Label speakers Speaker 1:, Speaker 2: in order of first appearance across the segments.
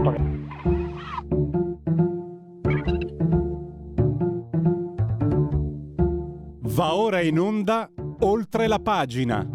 Speaker 1: Va ora in onda Oltre la pagina.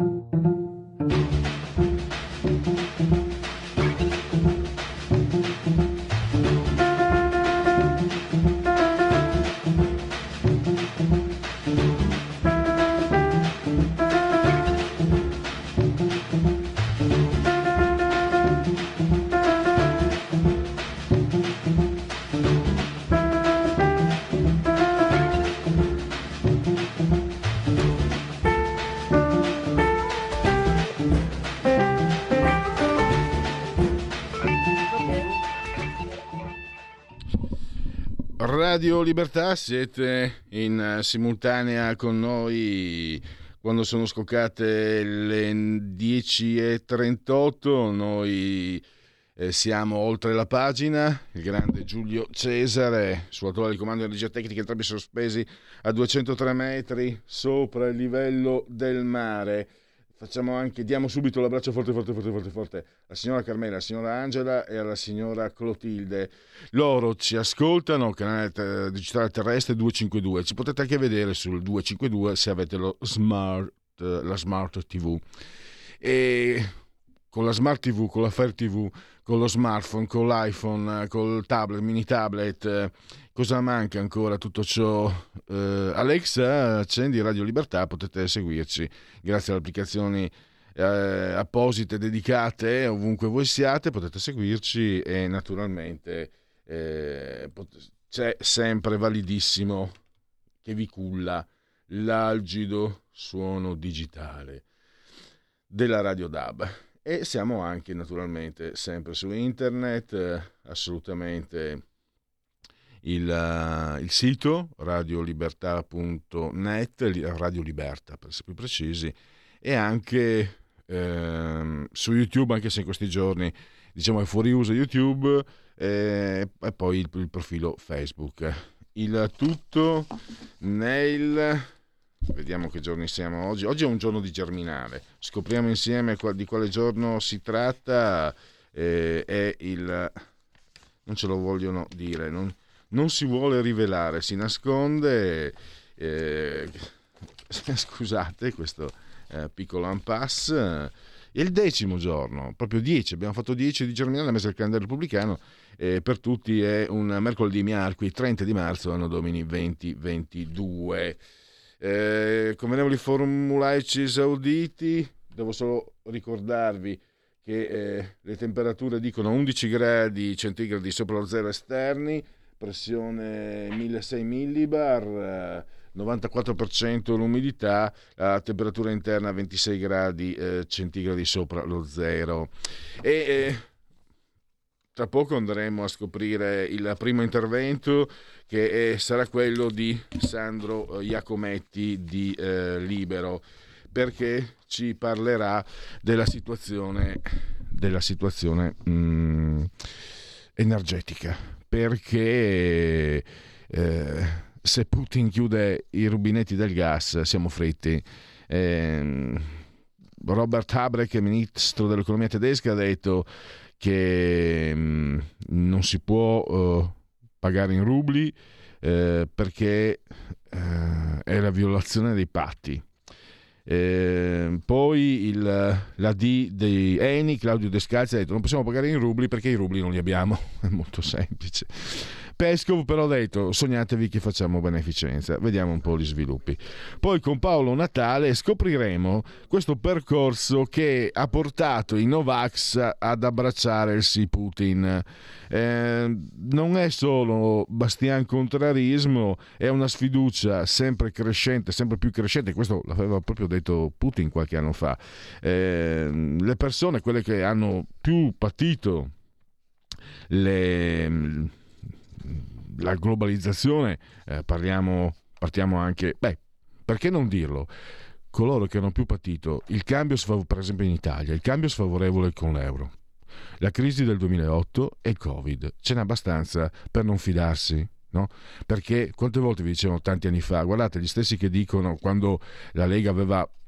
Speaker 2: Radio Libertà, siete in simultanea con noi quando sono scoccate le 10:38. Noi siamo oltre la pagina. Il grande Giulio Cesare, sull'attuale comando di energia tecnica, entrambi sospesi a 203 metri sopra il livello del mare. Diamo subito l'abbraccio forte alla signora Carmela, alla signora Angela e alla signora Clotilde. Loro ci ascoltano, canale digitale terrestre 252. Ci potete anche vedere sul 252 se avete la Smart TV. E con la Smart TV, con la Fire TV, con lo smartphone, con l'iPhone, col tablet, mini tablet, cosa manca ancora? Tutto ciò. Alexa, accendi Radio Libertà, potete seguirci grazie alle applicazioni apposite, dedicate, ovunque voi siate, potete seguirci e naturalmente c'è sempre validissimo che vi culla l'algido suono digitale della Radio DAB. E siamo anche naturalmente sempre su internet, assolutamente il sito radiolibertà.net, Radio Libertà per essere più precisi, e anche su YouTube, anche se in questi giorni diciamo è fuori uso YouTube, e poi il profilo Facebook. Il tutto vediamo che giorni siamo oggi. Oggi è un giorno di Germinale. Scopriamo insieme di quale giorno si tratta. È il... non ce lo vogliono dire, non si vuole rivelare, si nasconde. Scusate questo piccolo impasse. È il 10° giorno, proprio 10. Abbiamo fatto 10 di Germinale, mese del calendario repubblicano. Per tutti è un mercoledì miarqui, 30 di marzo, anno domini 2022. Convenevoli formulaici esauditi, devo solo ricordarvi che le temperature dicono 11 gradi centigradi sopra lo zero esterni, pressione 1600 millibar, 94% l'umidità, la temperatura interna 26 gradi centigradi sopra lo zero. E tra poco andremo a scoprire il primo intervento, che sarà quello di Sandro Iacometti di Libero, perché ci parlerà della situazione energetica, perché se Putin chiude i rubinetti del gas siamo fritti. Robert Habeck, ministro dell'economia tedesca, ha detto che non si può pagare in rubli perché è la violazione dei patti. Poi la D di Eni, Claudio Descalzi, ha detto non possiamo pagare in rubli perché i rubli non li abbiamo. È molto semplice. Pescovo però ha detto sognatevi che facciamo beneficenza. Vediamo un po' gli sviluppi. Poi con Paolo Natale scopriremo questo percorso che ha portato i Novax ad abbracciare il sì Putin. Non è solo bastian contrarismo, è una sfiducia sempre crescente, sempre più crescente. Questo l'aveva proprio detto Putin qualche anno fa. Le persone, quelle che hanno più patito la globalizzazione, partiamo anche, perché non dirlo, coloro che hanno più patito il cambio, per esempio in Italia, il cambio sfavorevole con l'euro, la crisi del 2008 e il Covid, ce n'è abbastanza per non fidarsi, no? Perché quante volte vi dicevano tanti anni fa, guardate, gli stessi che dicono quando la Lega aveva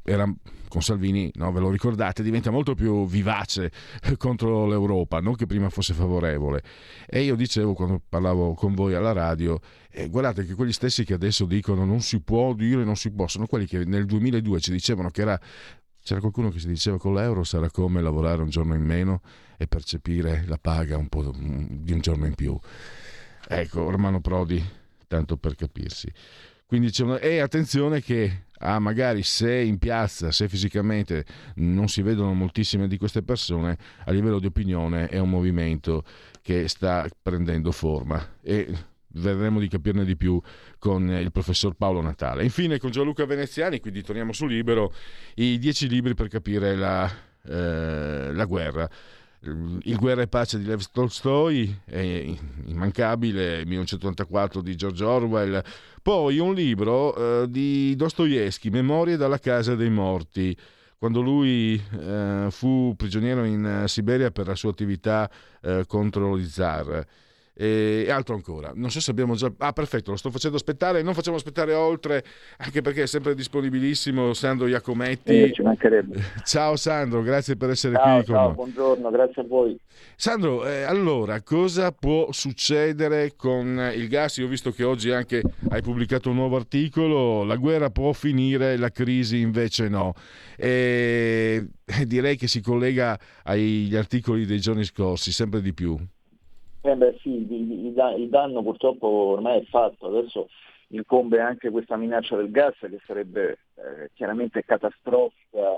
Speaker 2: era con Salvini, no, ve lo ricordate, diventa molto più vivace contro l'Europa, non che prima fosse favorevole. E io dicevo, quando parlavo con voi alla radio, guardate che quegli stessi che adesso dicono non si può dire, non si può, sono quelli che nel 2002 ci dicevano che c'era qualcuno che si diceva con l'euro sarà come lavorare un giorno in meno e percepire la paga un po' di un giorno in più. Ecco, Romano Prodi, tanto per capirsi. Quindi e attenzione che magari se in piazza, se fisicamente non si vedono moltissime di queste persone, a livello di opinione è un movimento che sta prendendo forma, e vedremo di capirne di più con il professor Paolo Natale. Infine con Gianluca Veneziani, quindi torniamo su Libero, i 10 libri per capire la guerra. Il Guerra e pace di Lev Tolstoi è immancabile, 1984 di George Orwell, poi un libro di Dostoevsky, Memorie dalla casa dei morti, quando lui fu prigioniero in Siberia per la sua attività contro gli zar. E altro ancora, non so se abbiamo già perfetto, lo sto facendo aspettare, non facciamo aspettare oltre, anche perché è sempre disponibilissimo Sandro Iacometti.
Speaker 3: Ci mancherebbe.
Speaker 2: Ciao Sandro, grazie per essere qui con noi.
Speaker 3: Buongiorno, grazie a voi.
Speaker 2: Sandro, allora cosa può succedere con il gas? Io ho visto che oggi anche hai pubblicato un nuovo articolo, la guerra può finire, la crisi invece no, e direi che si collega agli articoli dei giorni scorsi sempre di più.
Speaker 3: Sì, il danno purtroppo ormai è fatto, adesso incombe anche questa minaccia del gas che sarebbe chiaramente catastrofica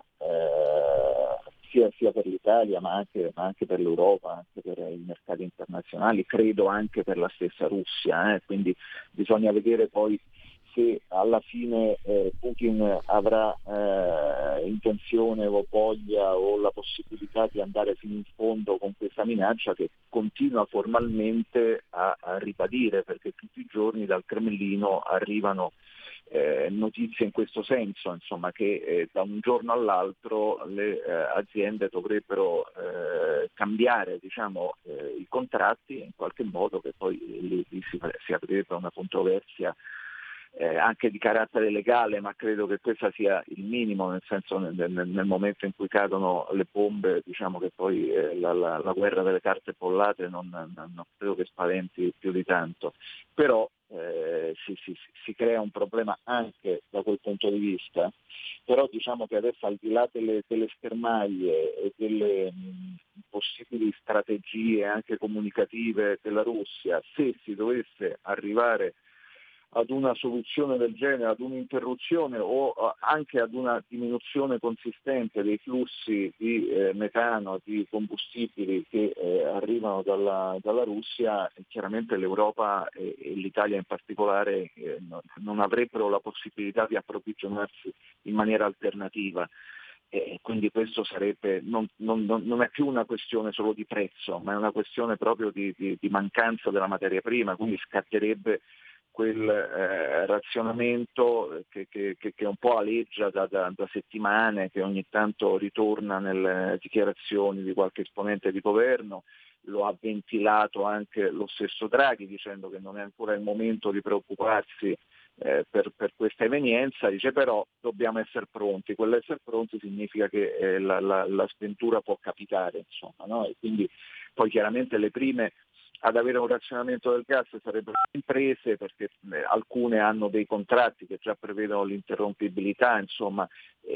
Speaker 3: sia per l'Italia ma anche per l'Europa, anche per i mercati internazionali, credo anche per la stessa Russia, quindi bisogna vedere poi se alla fine Putin avrà intenzione o voglia o la possibilità di andare fino in fondo con questa minaccia che continua formalmente a ribadire, perché tutti i giorni dal Cremlino arrivano notizie in questo senso, insomma, che da un giorno all'altro le aziende dovrebbero cambiare, i contratti in qualche modo, che poi lì si aprirebbe una controversia anche di carattere legale, ma credo che questo sia il minimo, nel senso nel momento in cui cadono le bombe, che poi la guerra delle carte bollate non credo che spaventi più di tanto, però si crea un problema anche da quel punto di vista. Però che adesso, al di là delle schermaglie e delle possibili strategie anche comunicative della Russia, se si dovesse arrivare ad una soluzione del genere, ad un'interruzione o anche ad una diminuzione consistente dei flussi di metano, di combustibili che arrivano dalla Russia, chiaramente l'Europa e l'Italia in particolare non avrebbero la possibilità di approvvigionarsi in maniera alternativa. Quindi questo sarebbe non è più una questione solo di prezzo, ma è una questione proprio di mancanza della materia prima, quindi scatterebbe quel razionamento che un po' aleggia da settimane, che ogni tanto ritorna nelle dichiarazioni di qualche esponente di governo. Lo ha ventilato anche lo stesso Draghi, dicendo che non è ancora il momento di preoccuparsi per questa evenienza. Dice però dobbiamo essere pronti. Quell'essere pronti significa che la sventura può capitare, insomma, no? E quindi poi chiaramente le prime ad avere un razionamento del gas sarebbero imprese, perché alcune hanno dei contratti che già prevedono l'interrompibilità, insomma,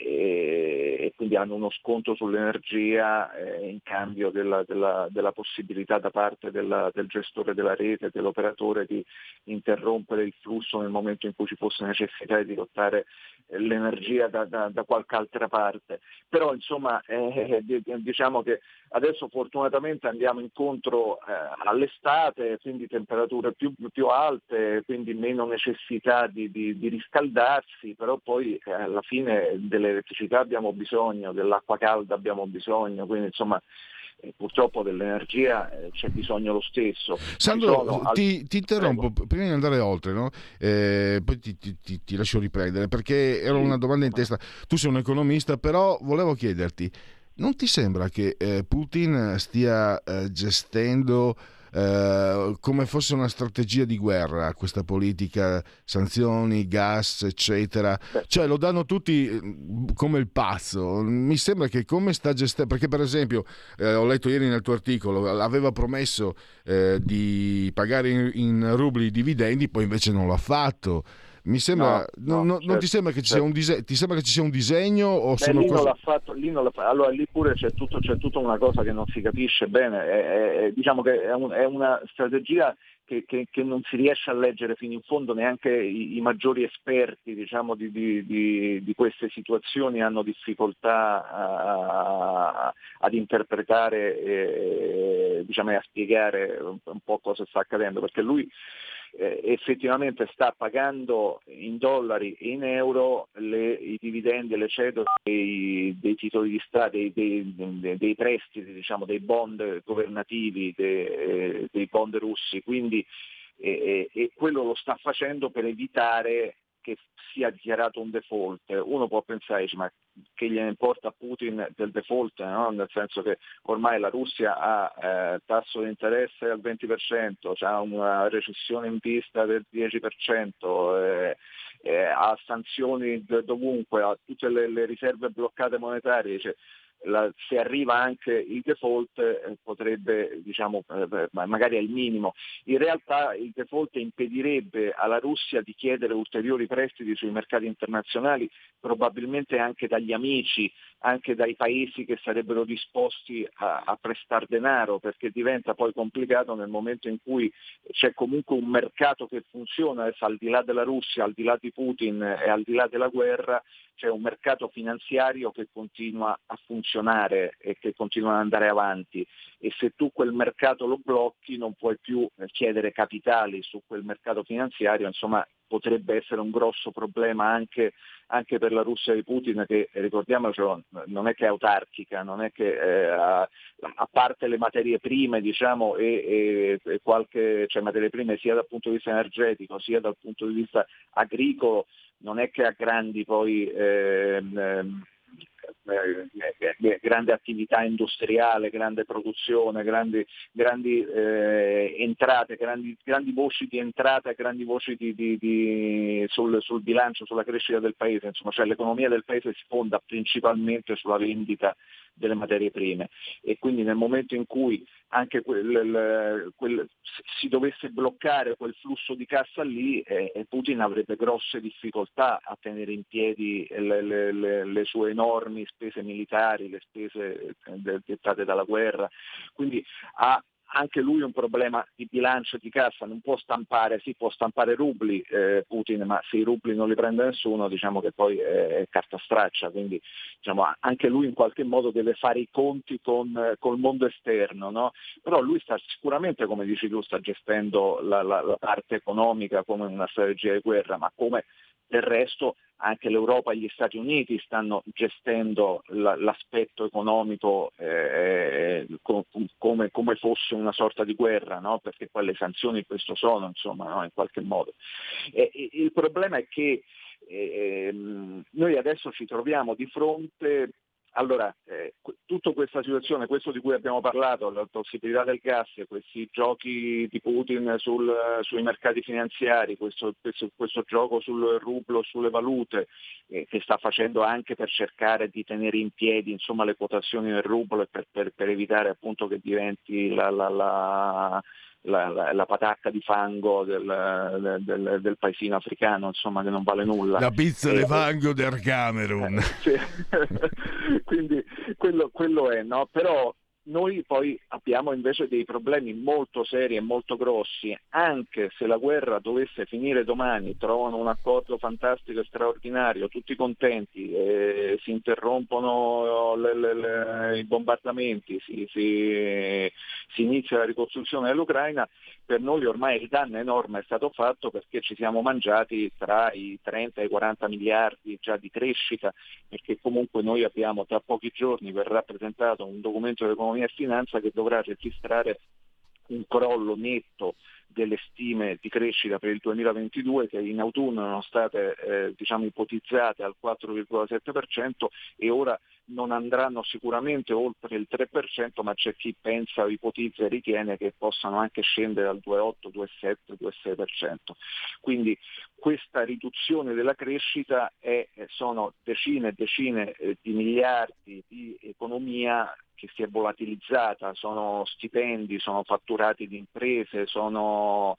Speaker 3: e quindi hanno uno sconto sull'energia in cambio della possibilità da parte del gestore della rete, dell'operatore, di interrompere il flusso nel momento in cui ci fosse necessità di dirottare l'energia da qualche altra parte. Però insomma diciamo che adesso fortunatamente andiamo incontro all'estate, quindi temperature più alte, quindi meno necessità di riscaldarsi, però poi alla fine dell'elettricità abbiamo bisogno, dell'acqua calda abbiamo bisogno, quindi insomma purtroppo dell'energia c'è bisogno lo stesso.
Speaker 2: Sandro, ti interrompo prima di andare oltre, no? Poi ti lascio riprendere, perché era una domanda in testa. Tu sei un economista, però volevo chiederti, non ti sembra che Putin stia gestendo come fosse una strategia di guerra, questa politica, sanzioni, gas, eccetera. Cioè lo danno tutti come il pazzo. Mi sembra che come sta gestendo, perché per esempio ho letto ieri nel tuo articolo, aveva promesso di pagare in rubli i dividendi, poi invece non l'ha fatto. Mi sembra, non ti sembra che ci sia un disegno, ti sembra che ci sia un disegno o sono
Speaker 3: lì
Speaker 2: cose...
Speaker 3: non l'ha fatto, lì non l'ha fatto. Allora lì pure c'è tutta una cosa che non si capisce bene, diciamo che è una strategia che non si riesce a leggere fino in fondo, neanche i maggiori esperti, diciamo, di queste situazioni hanno difficoltà ad interpretare, diciamo, e a spiegare un po' cosa sta accadendo, perché lui effettivamente sta pagando in dollari e in euro i dividendi e le cedole dei titoli di Stato, dei prestiti, diciamo, dei bond governativi, dei bond russi, quindi e quello lo sta facendo per evitare che sia dichiarato un default. Uno può pensare, ma che gliene importa a Putin del default, no? Nel senso che ormai la Russia ha tasso di interesse al 20%, ha una recessione in vista del 10%, ha sanzioni dovunque, ha tutte le riserve bloccate monetarie, cioè, se arriva anche il default potrebbe, diciamo, magari è il minimo. In realtà il default impedirebbe alla Russia di chiedere ulteriori prestiti sui mercati internazionali, probabilmente anche dagli amici, anche dai paesi che sarebbero disposti a prestare denaro, perché diventa poi complicato nel momento in cui c'è comunque un mercato che funziona, al di là della Russia, al di là di Putin e al di là della guerra, c'è un mercato finanziario che continua a funzionare e che continua ad andare avanti, e se tu quel mercato lo blocchi non puoi più chiedere capitali su quel mercato finanziario, insomma potrebbe essere un grosso problema anche per la Russia di Putin, che ricordiamocelo non è che è autarchica, non è che a parte le materie prime, diciamo, e qualche, cioè materie prime sia dal punto di vista energetico sia dal punto di vista agricolo, non è che ha grandi poi grande attività industriale, grande produzione, grandi entrate, grandi voci di entrata e grandi voci sul bilancio, sulla crescita del paese, insomma, cioè l'economia del paese si fonda principalmente sulla vendita delle materie prime, e quindi nel momento in cui anche si dovesse bloccare quel flusso di cassa lì, Putin avrebbe grosse difficoltà a tenere in piedi le sue enormi spese militari, le spese dettate dalla guerra, quindi ha anche lui un problema di bilancio di cassa, non può stampare, può stampare rubli Putin, ma se i rubli non li prende nessuno, diciamo che poi è carta straccia, quindi diciamo, anche lui in qualche modo deve fare i conti col mondo esterno, no? Però lui sta sicuramente, come dici tu, sta gestendo la parte economica come una strategia di guerra, ma come del resto anche l'Europa e gli Stati Uniti stanno gestendo l'aspetto economico come fosse una sorta di guerra, no? Perché poi le sanzioni questo sono, insomma, no? In qualche modo. Il problema è che noi adesso ci troviamo di fronte. Allora, tutta questa situazione, questo di cui abbiamo parlato, la possibilità del gas, questi giochi di Putin sui mercati finanziari, questo gioco sul rublo, sulle valute, che sta facendo anche per cercare di tenere in piedi, insomma, le quotazioni del rublo e per evitare appunto che diventi la patacca di fango del paesino africano, insomma, che non vale nulla.
Speaker 2: La pizza di fango del Camerun.
Speaker 3: Sì. Quindi quello è, no? Però noi poi abbiamo invece dei problemi molto seri e molto grossi. Anche se la guerra dovesse finire domani, trovano un accordo fantastico e straordinario, tutti contenti, si interrompono i bombardamenti, si inizia la ricostruzione dell'Ucraina, per noi ormai il danno enorme è stato fatto, perché ci siamo mangiati tra i 30 e i 40 miliardi già di crescita, perché comunque noi abbiamo, tra pochi giorni verrà presentato un documento di economia e finanza che dovrà registrare un crollo netto delle stime di crescita per il 2022, che in autunno erano state ipotizzate al 4,7%, e ora non andranno sicuramente oltre il 3%, ma c'è chi pensa, ipotizza e ritiene che possano anche scendere al 2,8, 2,7, 2,6%. Quindi questa riduzione della crescita sono decine e decine di miliardi di economia che si è volatilizzata, sono stipendi, sono fatturati di imprese, sono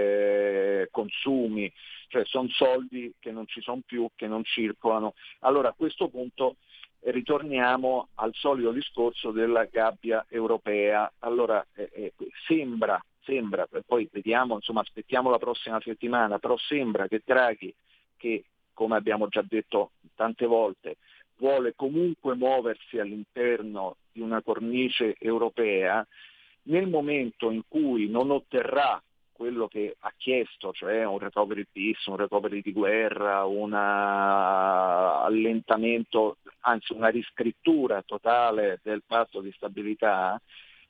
Speaker 3: consumi, cioè sono soldi che non ci sono più, che non circolano. Allora a questo punto ritorniamo al solito discorso della gabbia europea. Allora sembra, poi vediamo, insomma aspettiamo la prossima settimana, però sembra che Draghi, che come abbiamo già detto tante volte, vuole comunque muoversi all'interno di una cornice europea, nel momento in cui non otterrà quello che ha chiesto, cioè un recovery peace, un recovery di guerra, un allentamento, anzi una riscrittura totale del patto di stabilità,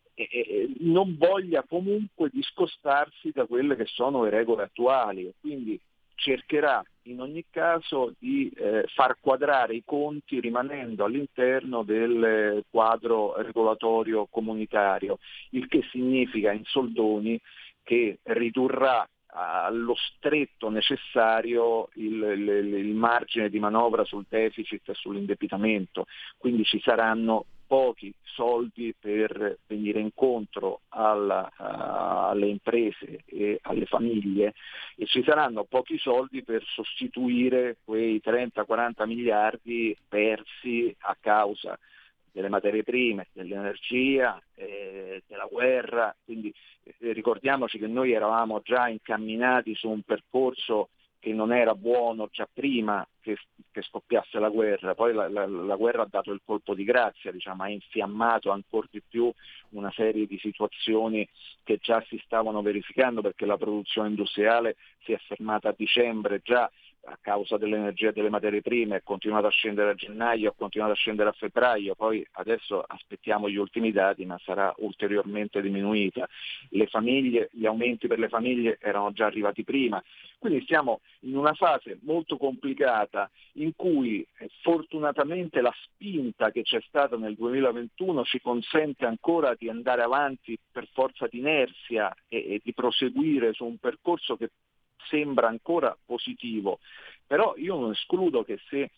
Speaker 3: non voglia comunque discostarsi da quelle che sono le regole attuali, quindi cercherà in ogni caso di far quadrare i conti rimanendo all'interno del quadro regolatorio comunitario, il che significa in soldoni che ridurrà allo stretto necessario il margine di manovra sul deficit e sull'indebitamento, quindi ci saranno pochi soldi per venire incontro alle imprese e alle famiglie, e ci saranno pochi soldi per sostituire quei 30-40 miliardi persi a causa delle materie prime, dell'energia, della guerra. Quindi ricordiamoci che noi eravamo già incamminati su un percorso che non era buono già prima che scoppiasse la guerra, poi la guerra ha dato il colpo di grazia, diciamo, ha infiammato ancora di più una serie di situazioni che già si stavano verificando, perché la produzione industriale si è fermata a dicembre già a causa dell'energia e delle materie prime, è continuato a scendere a gennaio, ha continuato a scendere a febbraio, poi adesso aspettiamo gli ultimi dati, ma sarà ulteriormente diminuita. Le famiglie, gli aumenti per le famiglie erano già arrivati prima, quindi siamo in una fase molto complicata in cui fortunatamente la spinta che c'è stata nel 2021 ci consente ancora di andare avanti per forza di inerzia e di proseguire su un percorso che sembra ancora positivo, però io non escludo che se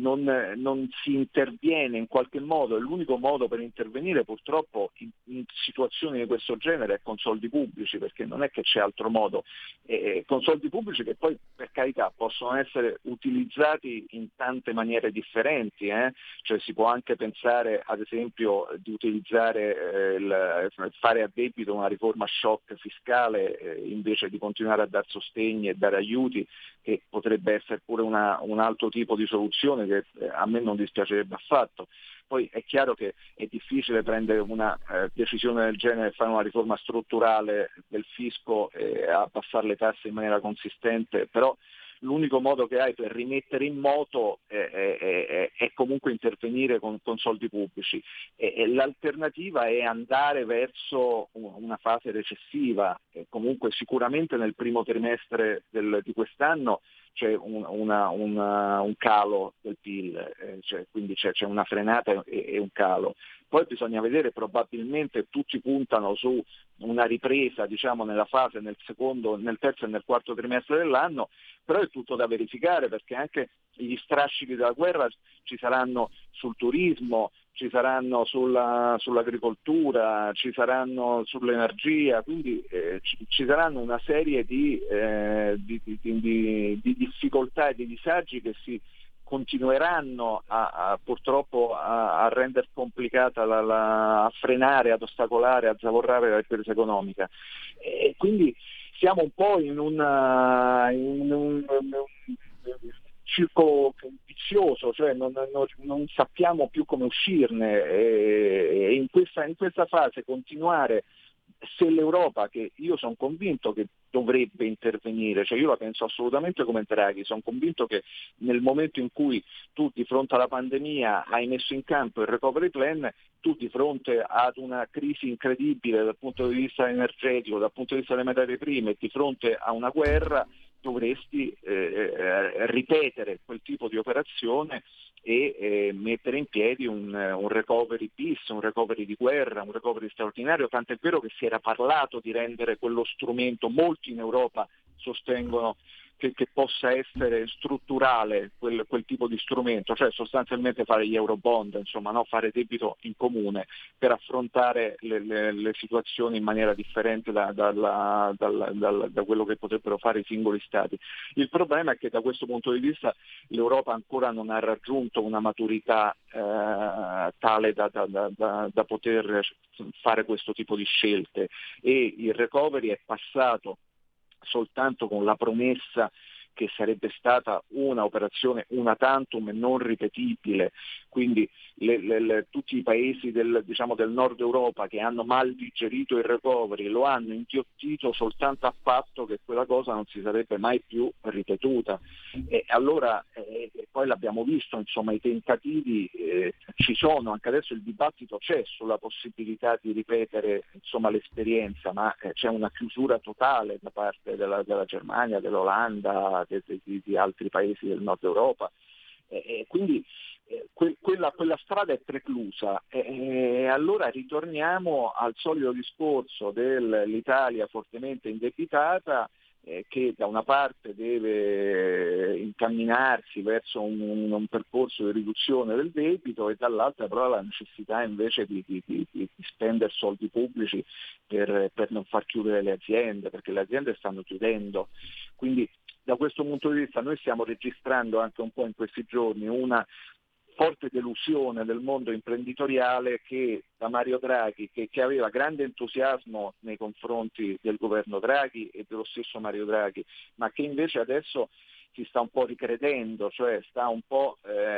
Speaker 3: non si interviene in qualche modo, e l'unico modo per intervenire purtroppo in situazioni di questo genere è con soldi pubblici, perché non è che c'è altro modo, con soldi pubblici che poi per carità possono essere utilizzati in tante maniere differenti, cioè si può anche pensare ad esempio di utilizzare fare a debito una riforma shock fiscale invece di continuare a dar sostegni e dare aiuti, che potrebbe essere pure un altro tipo di soluzione che a me non dispiacerebbe affatto. Poi è chiaro che è difficile prendere una decisione del genere e fare una riforma strutturale del fisco e abbassare le tasse in maniera consistente, però l'unico modo che hai per rimettere in moto è comunque intervenire con soldi pubblici. E l'alternativa è andare verso una fase recessiva. Comunque sicuramente nel primo trimestre di quest'anno c'è un calo del PIL, quindi c'è una frenata e un calo. Poi bisogna vedere, probabilmente tutti puntano su una ripresa, diciamo, nella fase nel terzo e nel quarto trimestre dell'anno, però è tutto da verificare, perché anche gli strascichi della guerra ci saranno sul turismo, ci saranno sull'agricoltura, ci saranno sull'energia, quindi ci saranno una serie di difficoltà e di disagi che si continueranno purtroppo a rendere complicata, a frenare, ad ostacolare, a zavorrare la ripresa economica. E quindi siamo un po' in un circolo vizioso, cioè non sappiamo più come uscirne, e in questa fase continuare, se l'Europa, che io sono convinto che dovrebbe intervenire, cioè io la penso assolutamente come Draghi, sono convinto che nel momento in cui tu di fronte alla pandemia hai messo in campo il recovery plan, tu di fronte ad una crisi incredibile dal punto di vista energetico, dal punto di vista delle materie prime, di fronte a una guerra, dovresti ripetere quel tipo di operazione e mettere in piedi un recovery bis, un recovery di guerra, un recovery straordinario, tant'è vero che si era parlato di rendere quello strumento, molti in Europa sostengono che possa essere strutturale quel tipo di strumento, cioè sostanzialmente fare gli eurobond, insomma, no? Fare debito in comune per affrontare le situazioni in maniera differente da quello che potrebbero fare i singoli stati. Il problema è che da questo punto di vista l'Europa ancora non ha raggiunto una maturità tale da poter fare questo tipo di scelte, e il recovery è passato soltanto con la promessa che sarebbe stata una operazione una tantum non ripetibile, quindi tutti i paesi del nord Europa che hanno mal digerito il recovery lo hanno inghiottito soltanto a patto che quella cosa non si sarebbe mai più ripetuta. E allora poi l'abbiamo visto, insomma, i tentativi ci sono, anche adesso il dibattito c'è sulla possibilità di ripetere, insomma, l'esperienza, ma c'è una chiusura totale da parte della Germania, dell'Olanda, di altri paesi del nord Europa, quindi quella strada è preclusa, allora ritorniamo al solito discorso dell'Italia fortemente indebitata, che da una parte deve incamminarsi verso un percorso di riduzione del debito, e dall'altra però la necessità invece di spendere soldi pubblici per non far chiudere le aziende, perché le aziende stanno chiudendo. Quindi da questo punto di vista noi stiamo registrando anche un po' in questi giorni una forte delusione del mondo imprenditoriale, che da Mario Draghi, che aveva grande entusiasmo nei confronti del governo Draghi e dello stesso Mario Draghi, ma che invece adesso si sta un po' ricredendo, cioè sta un po',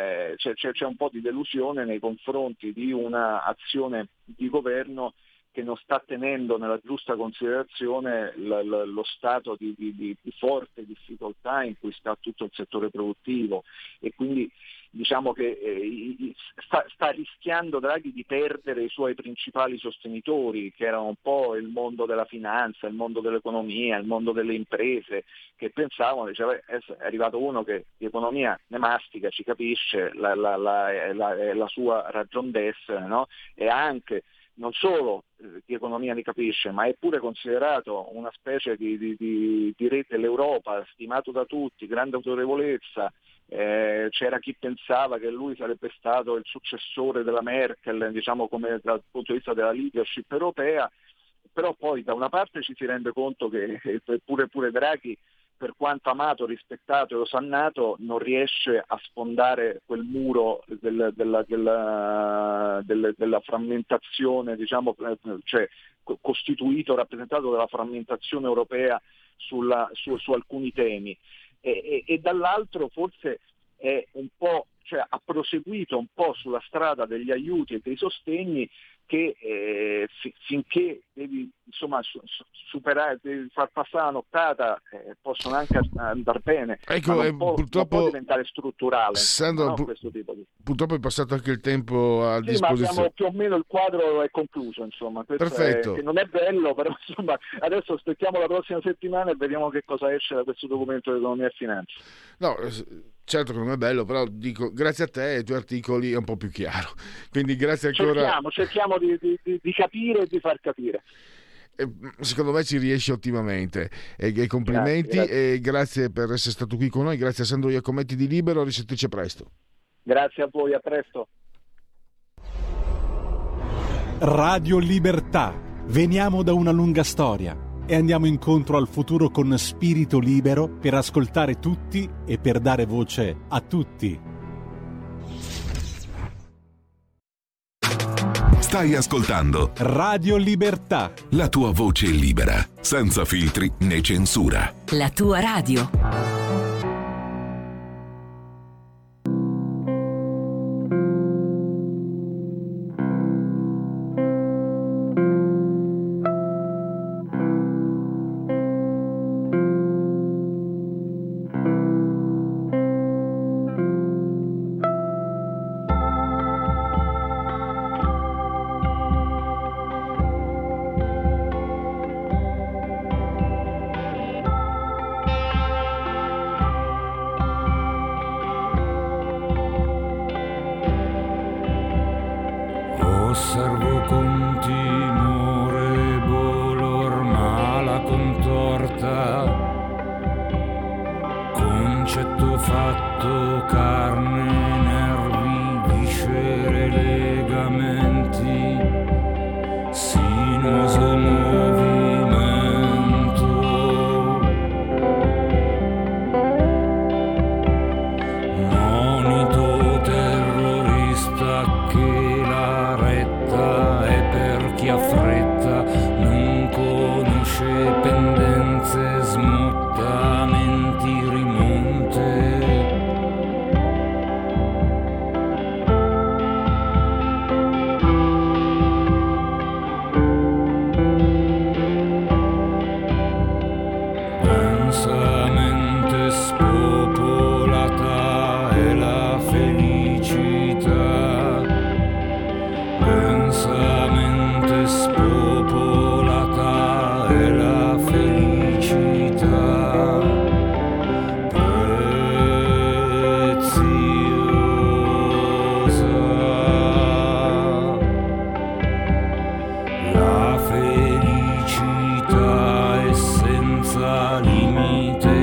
Speaker 3: c'è un po' di delusione nei confronti di una azione di governo che non sta tenendo nella giusta considerazione lo stato di forte difficoltà in cui sta tutto il settore produttivo, e quindi diciamo che sta rischiando Draghi di perdere i suoi principali sostenitori, che erano un po' il mondo della finanza, il mondo dell'economia, il mondo delle imprese, che pensavano, diceva, è arrivato uno che di economia ne mastica, ci capisce, la sua ragion d'essere, no? E anche non solo di economia ne capisce, ma è pure considerato una specie di re dell'Europa, stimato da tutti, grande autorevolezza. C'era chi pensava che lui sarebbe stato il successore della Merkel, diciamo, come dal punto di vista della leadership europea, però poi da una parte ci si rende conto che pure Draghi, per quanto amato, rispettato e osannato, non riesce a sfondare quel muro della frammentazione, diciamo, cioè costituito, rappresentato dalla frammentazione europea su alcuni temi, e dall'altro forse è un po', cioè ha proseguito un po' sulla strada degli aiuti e dei sostegni che finché devi, insomma, superare, devi far passare la nottata, possono anche andare bene,
Speaker 2: ecco,
Speaker 3: ma purtroppo non può diventare strutturale,
Speaker 2: Sandro,
Speaker 3: no? Questo tipo di...
Speaker 2: Purtroppo è passato anche il tempo a disposizione.
Speaker 3: Ma abbiamo più o meno il quadro è concluso, insomma.
Speaker 2: Perfetto.
Speaker 3: Che non è bello, però insomma adesso aspettiamo la prossima settimana e vediamo che cosa esce da questo documento di economia e finanza.
Speaker 2: No, certo che non è bello, però dico, grazie a te e ai tuoi articoli è un po' più chiaro. Quindi grazie ancora.
Speaker 3: Cerchiamo di capire e di far capire.
Speaker 2: Secondo me ci riesce ottimamente, e complimenti. Grazie. E grazie per essere stato qui con noi. Grazie a Sandro Iacometti di Libero, a risentirci presto.
Speaker 3: Grazie a voi, a presto.
Speaker 1: Radio Libertà. Veniamo da una lunga storia e andiamo incontro al futuro con spirito libero, per ascoltare tutti e per dare voce a tutti.
Speaker 4: Stai ascoltando
Speaker 1: Radio Libertà,
Speaker 4: la tua voce libera, senza filtri né censura.
Speaker 5: La tua radio. Osservo con timore bolor mala contorta, concetto fatto, carne, nervi, viscere, legamenti, sinuoso movimento. Monito terrorista che la retta è per chi ha fretta, non conosce pendenze, smottamenti, rimonte. Densamente spopolata è la felicità, densamente spopolata è la felicità, preziosa. La felicità è senza limite,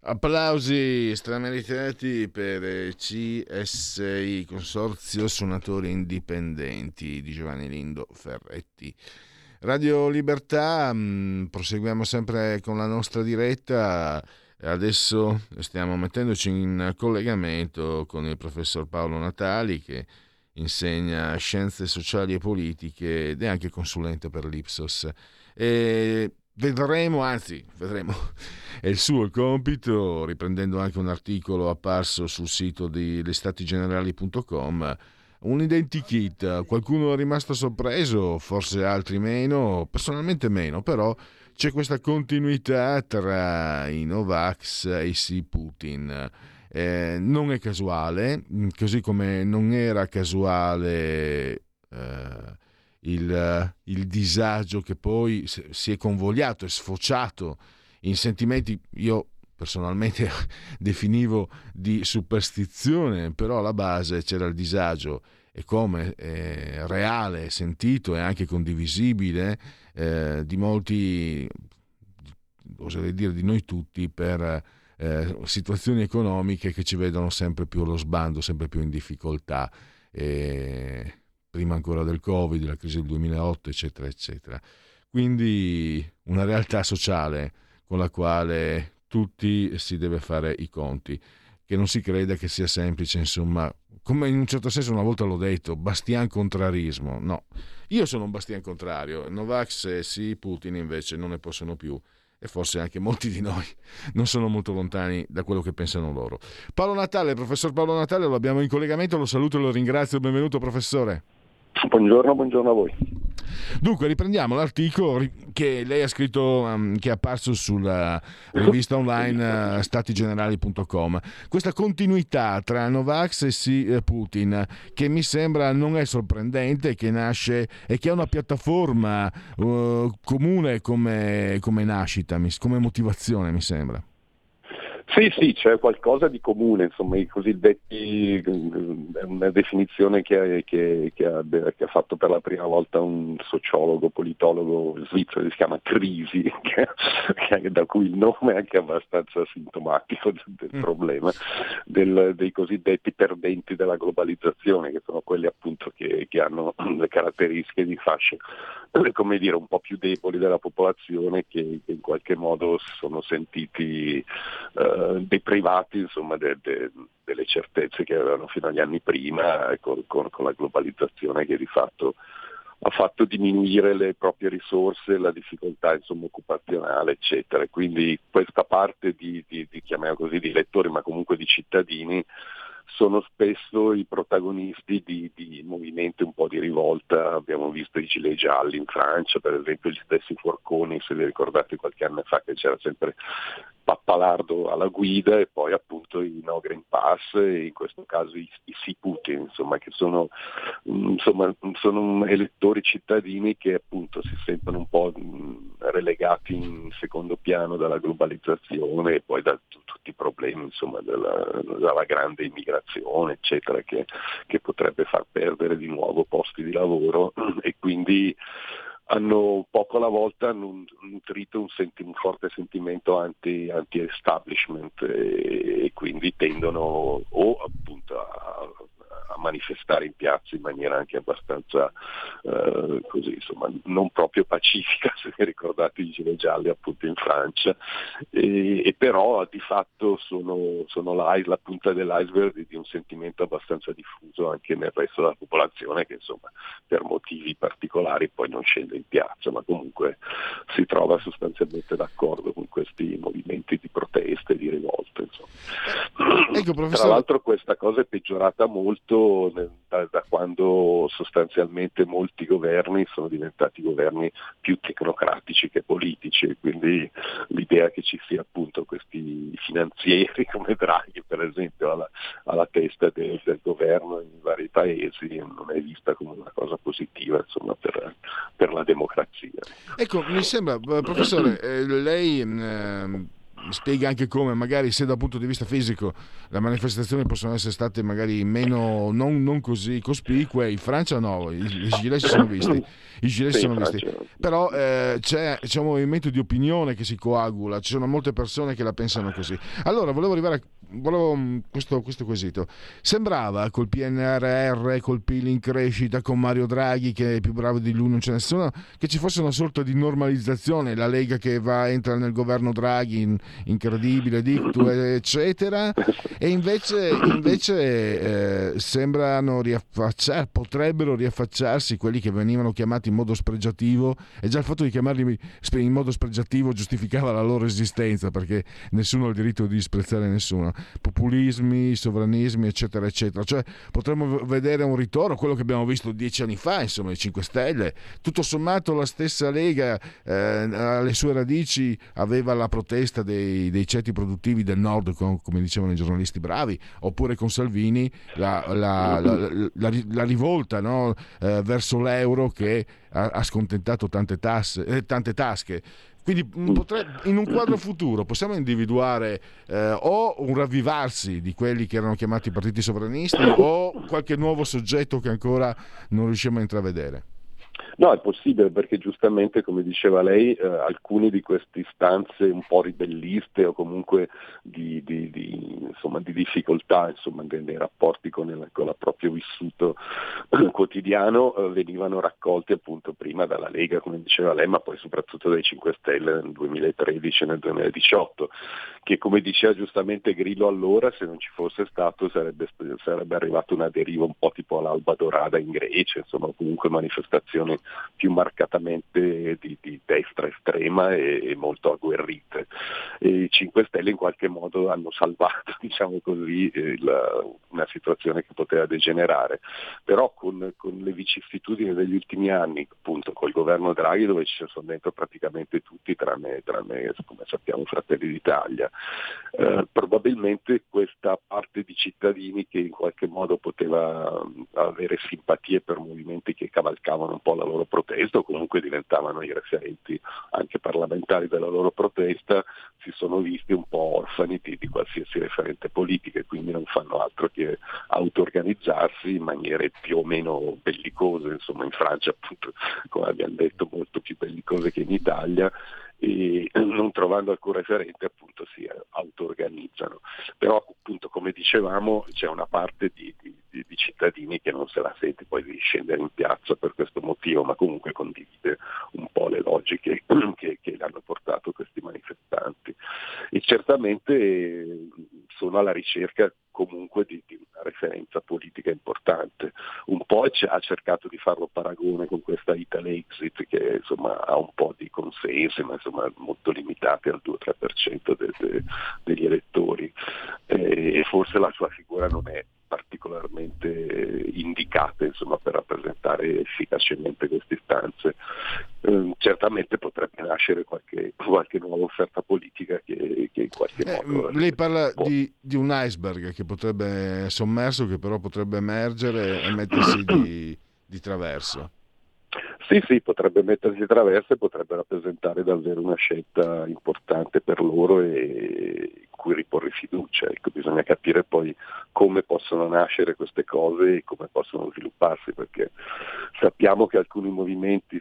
Speaker 2: Applausi strameritati per CSI, Consorzio Suonatori Indipendenti, di Giovanni Lindo Ferretti. Radio Libertà, proseguiamo sempre con la nostra diretta. Adesso stiamo mettendoci in collegamento con il professor Paolo Natali, che insegna scienze sociali e politiche ed è anche consulente per l'Ipsos. E vedremo, è il suo il compito, riprendendo anche un articolo apparso sul sito di lestatigenerali.com, un identikit. Qualcuno è rimasto sorpreso, forse altri meno, personalmente meno, però c'è questa continuità tra i Novax e i sì Putin. Non è casuale, così come non era casuale il disagio che poi si è convogliato e sfociato in sentimenti, io personalmente definivo di superstizione, però alla base c'era il disagio, e come reale, sentito e anche condivisibile di molti, oserei dire di noi tutti, per situazioni economiche che ci vedono sempre più allo sbando, sempre più in difficoltà, prima ancora del Covid, la crisi del 2008, eccetera, eccetera. Quindi una realtà sociale con la quale tutti si deve fare i conti, che non si creda che sia semplice, insomma, come in un certo senso una volta l'ho detto, bastian contrarismo. No, io sono un bastian contrario, Novax sì, Putin invece non ne possono più, e forse anche molti di noi non sono molto lontani da quello che pensano loro. Paolo Natale, professor Paolo Natale, lo abbiamo in collegamento, lo saluto e lo ringrazio. Benvenuto professore.
Speaker 6: Buongiorno a voi.
Speaker 2: Dunque, riprendiamo l'articolo che lei ha scritto, che è apparso sulla rivista online statigenerali.com. Questa continuità tra Novax e sì Putin, che mi sembra non è sorprendente, che nasce e che ha una piattaforma comune come nascita, come motivazione, mi sembra.
Speaker 6: Sì, c'è qualcosa di comune, insomma, i cosiddetti, è una definizione che ha fatto per la prima volta un sociologo, politologo svizzero, che si chiama Crisi, da cui il nome è anche abbastanza sintomatico del problema, dei cosiddetti perdenti della globalizzazione, che sono quelli appunto che hanno le caratteristiche di fasce, come dire, un po' più deboli della popolazione, che in qualche modo si sono sentiti deprivati, insomma, delle certezze che avevano fino agli anni prima, con la globalizzazione che di fatto ha fatto diminuire le proprie risorse, la difficoltà, insomma, occupazionale, eccetera. Quindi questa parte di chiamiamo così, di lettori, ma comunque di cittadini, sono spesso i protagonisti di movimenti un po' di rivolta. Abbiamo visto i gilet gialli in Francia, per esempio, gli stessi forconi, se vi ricordate qualche anno fa, che c'era sempre Pappalardo alla guida, e poi appunto i No Green Pass, e in questo caso i sì Putin, insomma, che sono elettori cittadini che appunto si sentono un po' relegati in secondo piano dalla globalizzazione e poi da tutti i problemi, insomma, dalla grande immigrazione, eccetera, che potrebbe far perdere di nuovo posti di lavoro, e quindi hanno poco alla volta nutrito un forte sentimento anti-establishment, e quindi tendono o appunto a manifestare in piazza in maniera anche abbastanza così, insomma, non proprio pacifica, se vi ricordate i gilet gialli appunto in Francia, e però di fatto sono la punta dell'iceberg di un sentimento abbastanza diffuso anche nel resto della popolazione, che insomma per motivi particolari poi non scende in piazza, ma comunque si trova sostanzialmente d'accordo con questi movimenti di protesta e di rivolta, insomma.
Speaker 2: Ecco, professore.
Speaker 6: Tra l'altro questa cosa è peggiorata molto da quando sostanzialmente molti governi sono diventati governi più tecnocratici che politici, e quindi l'idea che ci sia appunto questi finanzieri come Draghi, per esempio, alla testa del governo in vari paesi non è vista come una cosa positiva, insomma, per la democrazia.
Speaker 2: Ecco, mi sembra, professore, lei spiega anche come magari se dal punto di vista fisico le manifestazioni possono essere state magari meno non così cospicue. In Francia no, i gilet si sono visti, però c'è un movimento di opinione che si coagula, ci sono molte persone che la pensano così. Allora volevo questo quesito. Sembrava col PNRR, col PIL in crescita, con Mario Draghi che è più bravo di lui non ce ne sono, che ci fosse una sorta di normalizzazione, la Lega che entra nel governo Draghi, incredibile dictu eccetera, e invece sembrano potrebbero riaffacciarsi quelli che venivano chiamati in modo spregiativo, e già il fatto di chiamarli in modo spregiativo giustificava la loro esistenza, perché nessuno ha il diritto di disprezzare nessuno. Populismi, sovranismi eccetera eccetera, cioè potremmo vedere un ritorno, quello che abbiamo visto 10 anni fa, insomma, i 5 Stelle. Tutto sommato la stessa Lega alle sue radici aveva la protesta dei ceti produttivi del nord, come dicevano i giornalisti bravi, oppure con Salvini la rivolta, no? Verso l'euro che ha scontentato tante tasche. Quindi in un quadro futuro possiamo individuare o un ravvivarsi di quelli che erano chiamati partiti sovranisti, o qualche nuovo soggetto che ancora non riusciamo a intravedere?
Speaker 6: No, è possibile, perché giustamente, come diceva lei, alcune di queste istanze un po' ribelliste o comunque di difficoltà, insomma, nei rapporti con il proprio vissuto quotidiano, venivano raccolti appunto prima dalla Lega, come diceva lei, ma poi soprattutto dai 5 Stelle nel 2013 e nel 2018, che, come diceva giustamente Grillo allora, se non ci fosse stato sarebbe arrivata una deriva un po' tipo all'Alba Dorada in Grecia, insomma, comunque manifestazioni più marcatamente di destra estrema e molto agguerrite. E i 5 Stelle in qualche modo hanno salvato, diciamo così, una situazione che poteva degenerare, però con le vicissitudini degli ultimi anni, appunto col governo Draghi, dove ci sono dentro praticamente tutti tranne come sappiamo Fratelli d'Italia, probabilmente questa parte di cittadini che in qualche modo poteva avere simpatie per movimenti che cavalcavano un po' la loro protesta o comunque diventavano i referenti anche parlamentari della loro protesta, si sono visti un po' orfani di qualsiasi referente politica, e quindi non fanno altro che auto-organizzarsi in maniere più o meno bellicose, insomma in Francia appunto, come abbiamo detto, molto più bellicose che in Italia, e non trovando alcun referente appunto si auto-organizzano. Però appunto, come dicevamo, c'è una parte di cittadini che non se la sente poi di scendere in piazza per questo motivo, ma comunque condivide un po' le logiche che hanno portato questi manifestanti, e certamente sono alla ricerca comunque di una referenza politica importante. Un po' ha cercato di farlo paragone con questa Italexit, che insomma ha un po' di consensi, ma insomma molto limitati al 2-3% degli elettori, e forse la sua figura non è particolarmente indicate, insomma, per rappresentare efficacemente queste istanze. Certamente potrebbe nascere qualche nuova offerta politica che in qualche modo...
Speaker 2: Lei parla di un iceberg che potrebbe sommerso, che però potrebbe emergere e mettersi di traverso.
Speaker 6: Sì, potrebbe mettersi traverso e potrebbe rappresentare davvero una scelta importante per loro e in cui riporre fiducia. Ecco, bisogna capire poi come possono nascere queste cose e come possono svilupparsi, perché sappiamo che alcuni movimenti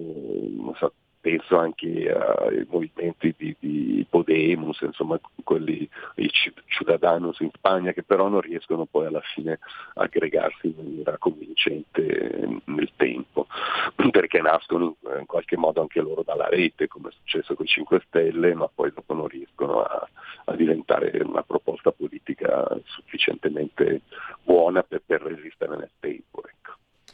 Speaker 6: penso anche ai movimenti di Podemos, insomma quelli, i Ciudadanos in Spagna, che però non riescono poi alla fine a aggregarsi in maniera convincente nel tempo, perché nascono in qualche modo anche loro dalla rete, come è successo con i 5 Stelle, ma poi dopo non riescono a diventare una proposta politica sufficientemente buona per resistere nel tempo. Ecco.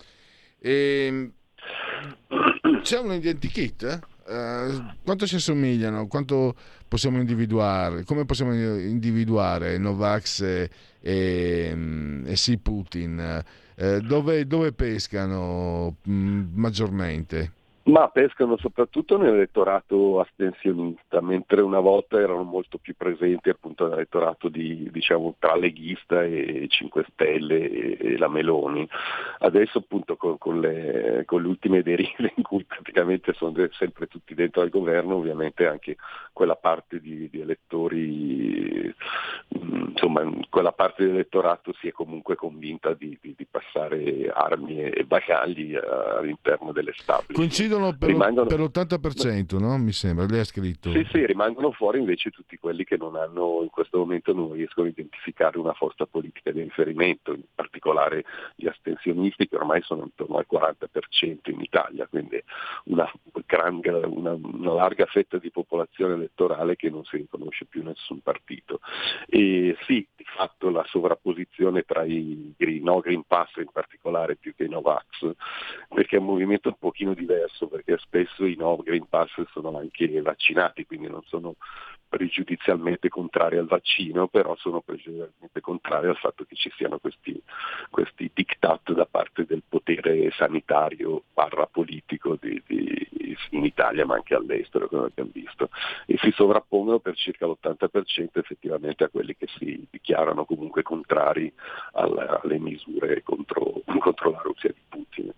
Speaker 2: C'è un identikit? Quanto si assomigliano? Quanto possiamo individuare? Come possiamo individuare Novax e sì Putin? Dove pescano maggiormente?
Speaker 6: Ma pescano soprattutto nell'elettorato astensionista, mentre una volta erano molto più presenti appunto molto all'elettorato diciamo tra leghista e 5 Stelle e la Meloni. Adesso appunto con le ultime derive in cui praticamente sono sempre tutti dentro al governo, ovviamente anche quella parte di elettori, insomma quella parte dell'elettorato si è comunque convinta di passare armi e bagagli all'interno delle establishment.
Speaker 2: Coincidono per l'80%, no? Mi sembra, lei ha scritto.
Speaker 6: Sì, rimangono fuori invece tutti quelli che non hanno, in questo momento non riescono a identificare una forza politica di riferimento, in particolare gli astensionisti che ormai sono intorno al 40% in Italia, quindi una larga fetta di popolazione elettorale che non si riconosce più in nessun partito. E sì, di fatto la sovrapposizione tra i Green Pass in particolare più che i Novax, perché è un movimento un pochino diverso, perché spesso i Green Pass sono anche vaccinati, quindi non sono pregiudizialmente contrari al vaccino, però sono pregiudizialmente contrari al fatto che ci siano questi diktat da parte del potere sanitario / politico in Italia ma anche all'estero, come abbiamo visto, e si sovrappongono per circa l'80% effettivamente a quelli che si dichiarano comunque contrari alle misure contro la Russia di Putin.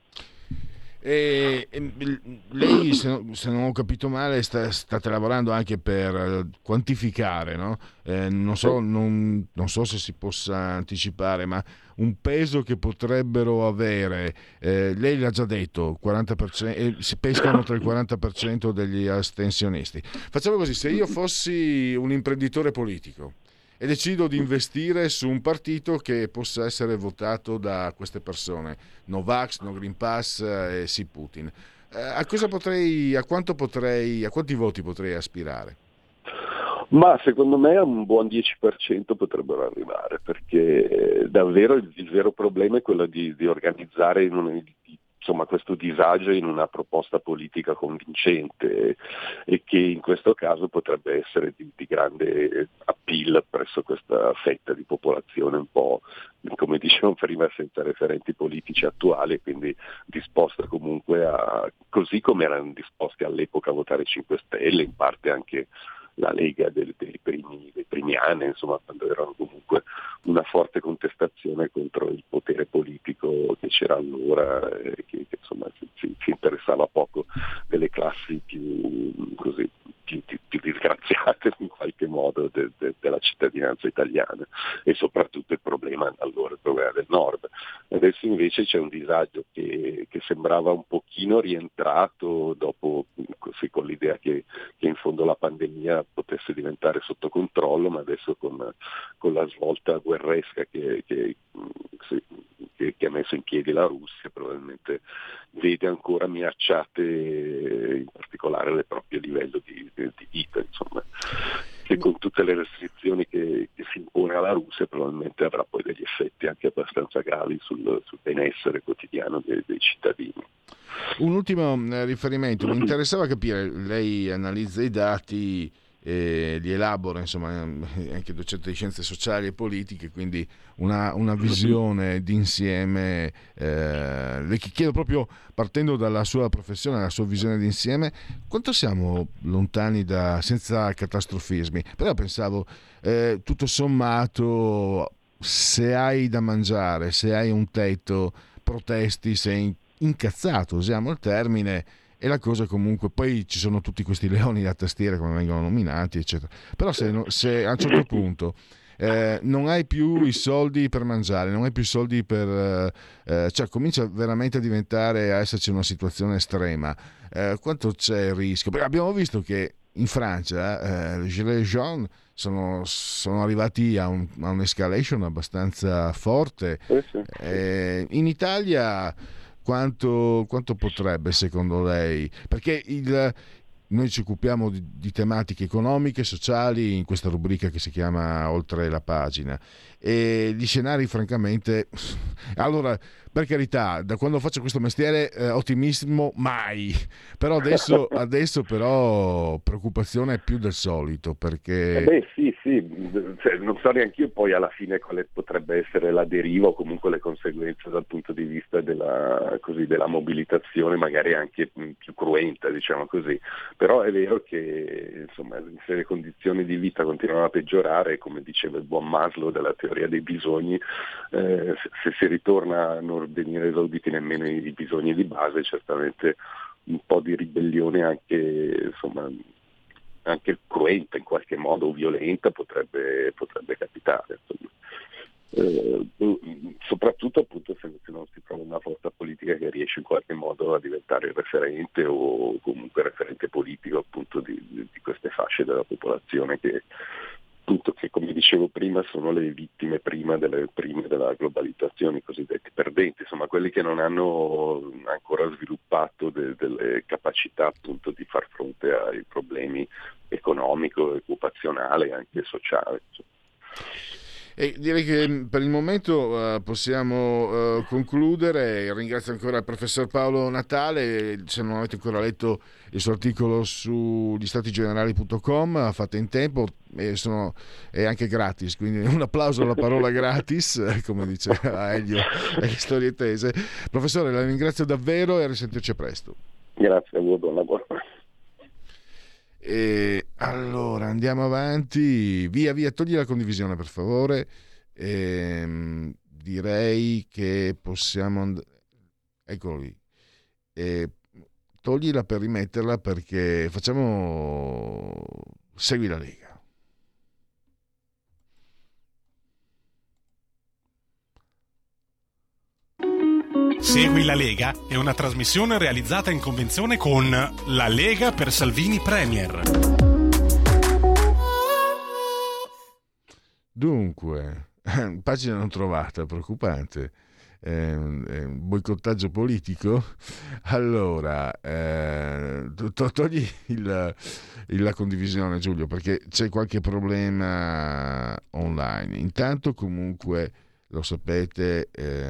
Speaker 2: E lei, se non ho capito male, state lavorando anche per quantificare, no? Non so se si possa anticipare, ma un peso che potrebbero avere, lei l'ha già detto, 40%, si pescano tra il 40% degli astensionisti. Facciamo così: se io fossi un imprenditore politico e decido di investire su un partito che possa essere votato da queste persone, no Vax, no Green Pass e sì Putin, a quanti voti potrei aspirare?
Speaker 6: Ma secondo me a un buon 10% potrebbero arrivare, perché davvero il vero problema è quello di organizzare questo disagio in una proposta politica convincente e che in questo caso potrebbe essere di grande appeal presso questa fetta di popolazione un po', come dicevo prima, senza referenti politici attuali, quindi disposta comunque così come erano disposti all'epoca a votare 5 Stelle, in parte anche la Lega dei primi anni, insomma, quando erano comunque una forte contestazione contro il potere politico che c'era allora, che insomma si interessava poco delle classi più disgraziate in qualche modo della cittadinanza italiana, e soprattutto il problema del nord. Adesso invece c'è un disagio che sembrava un pochino rientrato dopo, con l'idea che in fondo la pandemia potesse diventare sotto controllo, ma adesso con la svolta guerresca che ha messo in piedi la Russia, probabilmente vede ancora minacciate in particolare il proprio livello di vita, insomma, che con tutte le restrizioni che si impone alla Russia probabilmente avrà poi degli effetti anche abbastanza gravi sul benessere quotidiano dei cittadini.
Speaker 2: Un ultimo riferimento, mi interessava capire, lei analizza i dati, li elabora, insomma, anche docente di scienze sociali e politiche, quindi una visione d'insieme. Le chiedo, proprio partendo dalla sua professione, la sua visione d'insieme, quanto siamo lontani senza catastrofismi? Però pensavo, tutto sommato, se hai da mangiare, se hai un tetto, protesti, sei incazzato, usiamo il termine, e la cosa comunque, poi ci sono tutti questi leoni da tastiera come vengono nominati, eccetera. Però se a un certo punto non hai più i soldi per mangiare, non hai più i soldi cioè comincia veramente a esserci una situazione estrema, quanto c'è il rischio? Perché abbiamo visto che in Francia i Gilets jaunes sono arrivati a un'escalation abbastanza forte. In Italia quanto potrebbe, secondo lei? Perché noi ci occupiamo di tematiche economiche, sociali, in questa rubrica che si chiama Oltre la pagina, e gli scenari francamente... Allora, per carità, da quando faccio questo mestiere ottimismo mai, però adesso però preoccupazione è più del solito, perché
Speaker 6: sì, cioè, non so neanche io poi alla fine quale potrebbe essere la deriva o comunque le conseguenze dal punto di vista della mobilitazione, magari anche più cruenta, diciamo così, però è vero che insomma, se le condizioni di vita continuano a peggiorare, come diceva il buon Maslow della teoria dei bisogni, se si ritorna a non venire esauditi nemmeno i bisogni di base, certamente un po' di ribellione anche cruenta in qualche modo o violenta potrebbe capitare, soprattutto appunto se non si trova una forza politica che riesce in qualche modo a diventare il referente o comunque referente politico appunto di queste fasce della popolazione che come dicevo prima sono le vittime prime della globalizzazione, i cosiddetti perdenti, insomma quelli che non hanno ancora sviluppato delle capacità appunto di far fronte ai problemi economico, occupazionale e anche sociale.
Speaker 2: E direi che per il momento possiamo concludere. Ringrazio ancora il professor Paolo Natale. Se non avete ancora letto il suo articolo su gli fate in tempo, è anche gratis, quindi un applauso alla parola gratis, come diceva Elio alle storie tese. Professore, la ringrazio davvero e a risentirci presto.
Speaker 6: Grazie a voi, buon lavoro.
Speaker 2: E allora andiamo avanti, via, togli la condivisione per favore. Direi che possiamo eccolo lì, toglila per rimetterla, perché facciamo Segui la Lega.
Speaker 1: Segui la Lega è una trasmissione realizzata in convenzione con La Lega per Salvini Premier.
Speaker 2: Dunque, pagina non trovata, preoccupante. Boicottaggio politico. Allora, togli la condivisione, Giulio, perché c'è qualche problema online. Intanto comunque lo sapete,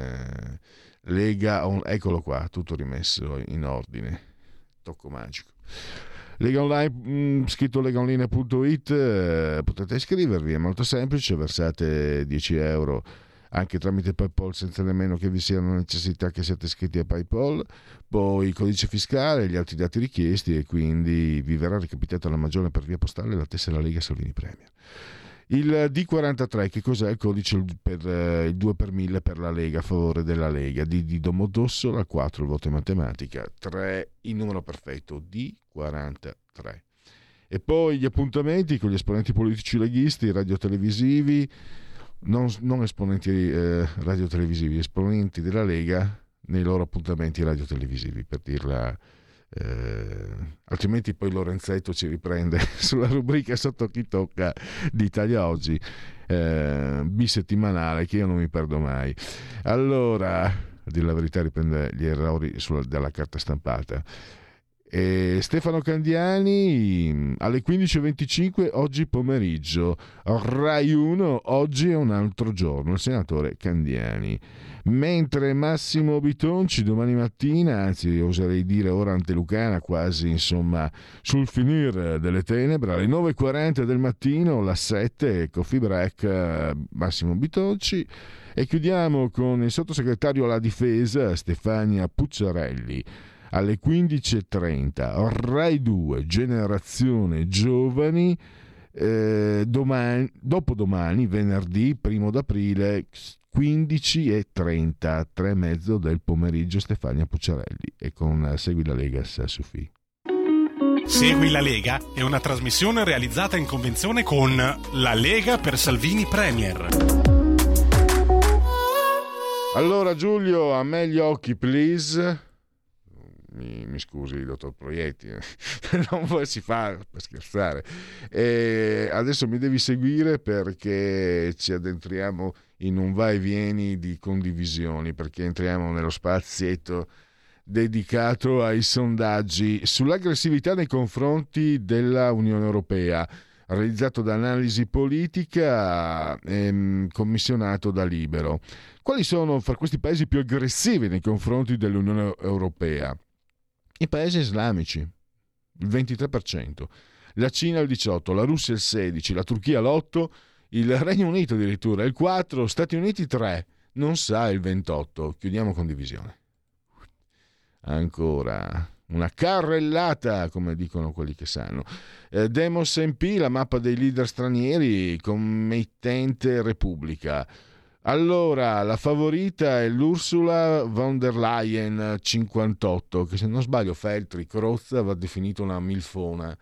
Speaker 2: Lega eccolo qua, tutto rimesso in ordine, tocco magico. Lega Online, scritto legaonline.it, potete iscrivervi, è molto semplice, versate 10 euro anche tramite PayPal senza nemmeno che vi sia una necessità che siate iscritti a PayPal, poi il codice fiscale, gli altri dati richiesti, e quindi vi verrà recapitata la maggiore per via postale la tessera Lega Salvini Premier. Il D43, che cos'è? Il codice per il 2 per 1000 per la Lega, a favore della Lega. D di Domodossola, 4 il voto in matematica, 3 il numero perfetto, D43. E poi gli appuntamenti con gli esponenti politici leghisti, radiotelevisivi, non esponenti radiotelevisivi, esponenti della Lega nei loro appuntamenti radiotelevisivi, per dirla. Altrimenti poi Lorenzetto ci riprende sulla rubrica Sotto chi tocca di Italia Oggi, bisettimanale, che io non mi perdo mai. Allora, a dire la verità, riprende gli errori dalla carta stampata. Stefano Candiani alle 15.25 oggi pomeriggio, Rai 1, oggi è un altro giorno, il senatore Candiani. Mentre Massimo Bitonci domani mattina, anzi oserei dire ora antelucana, quasi insomma sul finire delle tenebre, alle 9.40 del mattino, la 7, coffee break, Massimo Bitonci. E chiudiamo con il sottosegretario alla difesa Stefania Pucciarelli alle 15.30, Rai 2, Generazione Giovani, dopodomani, venerdì 1 d'aprile, 15.30, 3:30 del pomeriggio, Stefania Pucciarelli, e con Segui la Lega Sassufi.
Speaker 1: Segui la Lega è una trasmissione realizzata in convenzione con La Lega per Salvini Premier.
Speaker 2: Allora Giulio, a me gli occhi please. Mi scusi, dottor Proietti, non si fa per scherzare. E adesso mi devi seguire, perché ci addentriamo in un vai e vieni di condivisioni, perché entriamo nello spazietto dedicato ai sondaggi sull'aggressività nei confronti della Unione Europea. realizzato da Analisi Politica, commissionato da Libero. Quali sono fra questi paesi più aggressivi nei confronti dell'Unione Europea? I paesi islamici, il 23%, la Cina il 18%, la Russia il 16%, la Turchia l'8%, il Regno Unito addirittura il 4%, Stati Uniti 3%, non sa il 28%. Chiudiamo condivisione. Ancora una carrellata, come dicono quelli che sanno. Demos MP, la mappa dei leader stranieri, committente Repubblica. Allora, la favorita è l'Ursula von der Leyen, 58, che se non sbaglio Feltri Crozza va definito una milfona.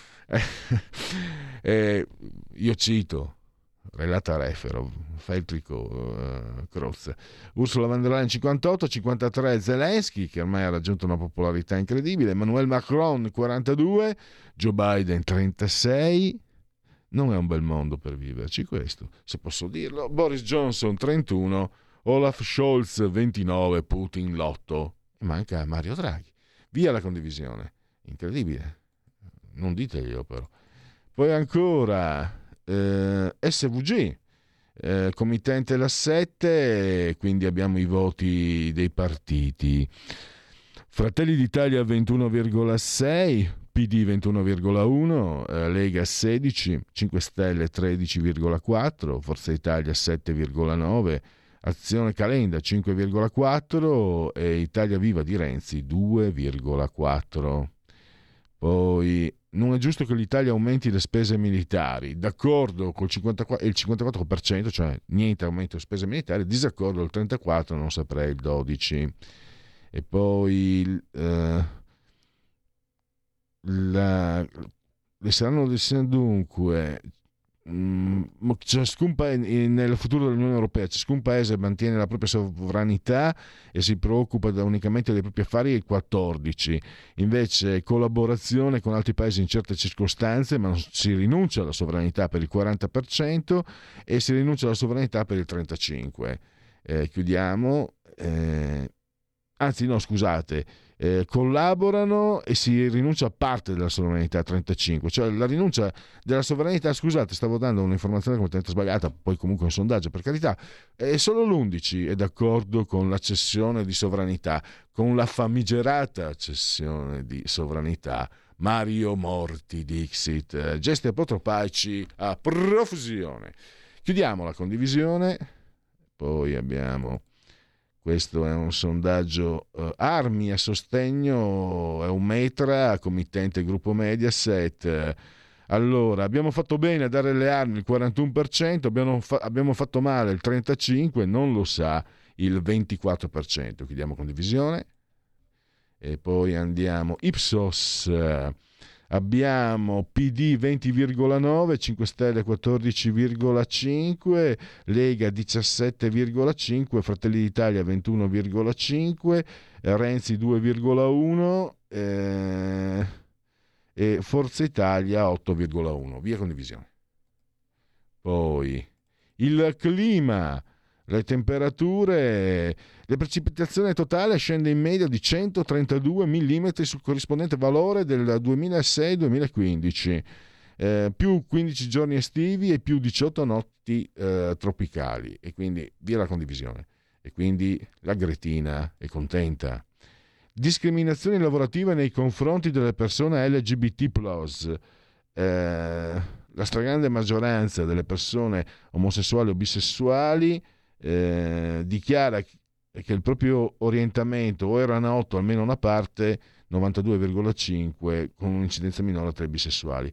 Speaker 2: Io cito, relata refero, Feltri Crozza. Ursula von der Leyen 58, 53 Zelensky, che ormai ha raggiunto una popolarità incredibile, Emmanuel Macron 42, Joe Biden 36. Non è un bel mondo per viverci questo, se posso dirlo. Boris Johnson 31, Olaf Scholz 29, Putin l'8. Manca Mario Draghi. Via la condivisione. Incredibile. Non diteglielo però. Poi ancora SVG, committente la 7, quindi abbiamo i voti dei partiti. Fratelli d'Italia 21,6, PD 21,1, Lega 16, 5 Stelle 13,4, Forza Italia 7,9, Azione Calenda 5,4 e Italia Viva di Renzi 2,4. Poi non è giusto che l'Italia aumenti le spese militari, d'accordo col 54, il 54%, cioè niente aumento di spese militari, disaccordo il 34%, non saprei il 12%. E poi le saranno dunque ciascun nel futuro dell'Unione Europea ciascun paese mantiene la propria sovranità e si preoccupa unicamente dei propri affari, il 14%. Invece collaborazione con altri paesi in certe circostanze, ma si rinuncia alla sovranità per il 40% e si rinuncia alla sovranità per il 35%. Chiudiamo. Anzi no, scusate, collaborano e si rinuncia a parte della sovranità, 35%, cioè la rinuncia della sovranità, scusate, stavo dando un'informazione completamente sbagliata, poi comunque un sondaggio, per carità, e solo l'11% è d'accordo con la cessione di sovranità, con la famigerata cessione di sovranità. Mario Morti Dixit, gesti apotropaici a profusione. Chiudiamo la condivisione, poi abbiamo... Questo è un sondaggio armi a sostegno, è un Metra, committente gruppo Mediaset. Allora, abbiamo fatto bene a dare le armi il 41%, abbiamo fatto male il 35%, non lo sa il 24%. Chiudiamo condivisione. E poi andiamo Ipsos. Abbiamo PD 20,9, 5 Stelle 14,5, Lega 17,5, Fratelli d'Italia 21,5, Renzi 2,1 e Forza Italia 8,1. Via condivisione. Poi il clima, le temperature, le precipitazioni totale scende in media di 132 mm sul corrispondente valore del 2006-2015, più 15 giorni estivi e più 18 notti tropicali, e quindi via la condivisione. E quindi la Gretina è contenta. Discriminazioni lavorative nei confronti delle persone LGBT+. La stragrande maggioranza delle persone omosessuali o bisessuali dichiara che il proprio orientamento o era noto almeno una parte, 92,5, con un'incidenza minore tra i bisessuali.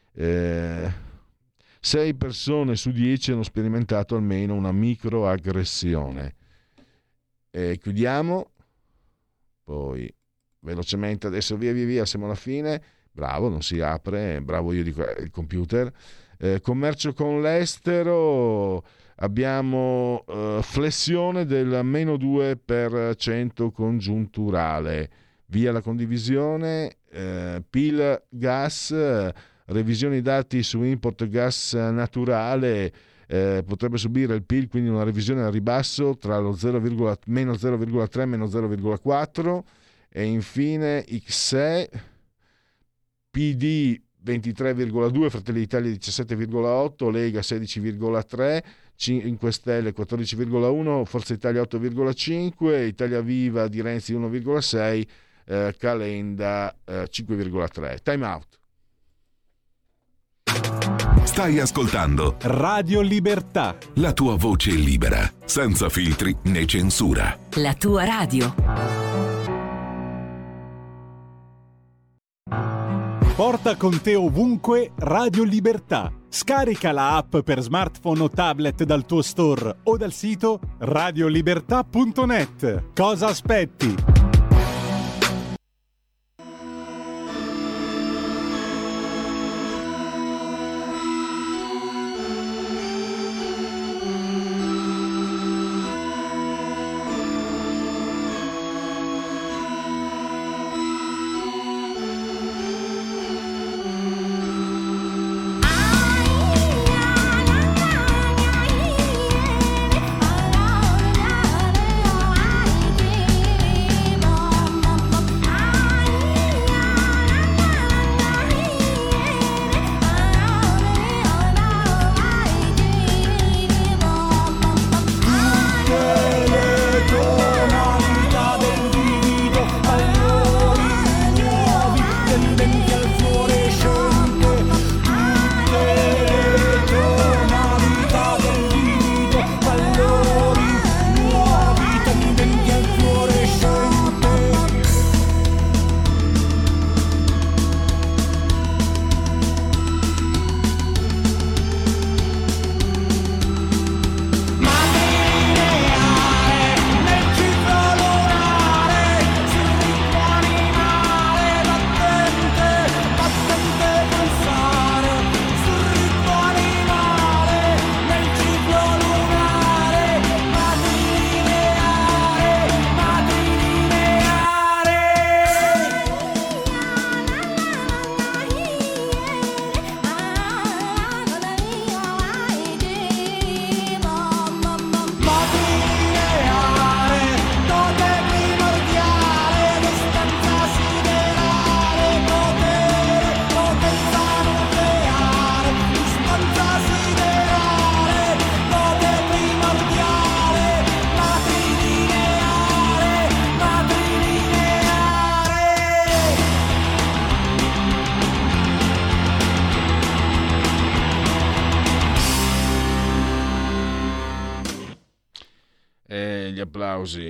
Speaker 2: 6 persone su 10 hanno sperimentato almeno una microaggressione. Chiudiamo, poi velocemente adesso via, siamo alla fine. Bravo, non si apre, bravo io dico il computer. Commercio con l'estero, abbiamo flessione del meno 2% congiunturale. Via la condivisione. PIL gas, revisioni dati su import gas naturale, potrebbe subire il PIL quindi una revisione al ribasso tra lo meno 0,3 e meno 0,4. E infine XE, PD 23,2, Fratelli d'Italia 17,8, Lega 16,3, 5 Stelle 14,1, Forza Italia 8,5, Italia Viva di Renzi 1,6, Calenda 5,3. Time out.
Speaker 4: Stai ascoltando
Speaker 1: Radio Libertà.
Speaker 4: la tua voce libera, senza filtri né censura.
Speaker 7: La tua radio.
Speaker 1: Porta con te ovunque Radio Libertà. Scarica la app per smartphone o tablet dal tuo store o dal sito radiolibertà.net. Cosa aspetti?
Speaker 2: Applausi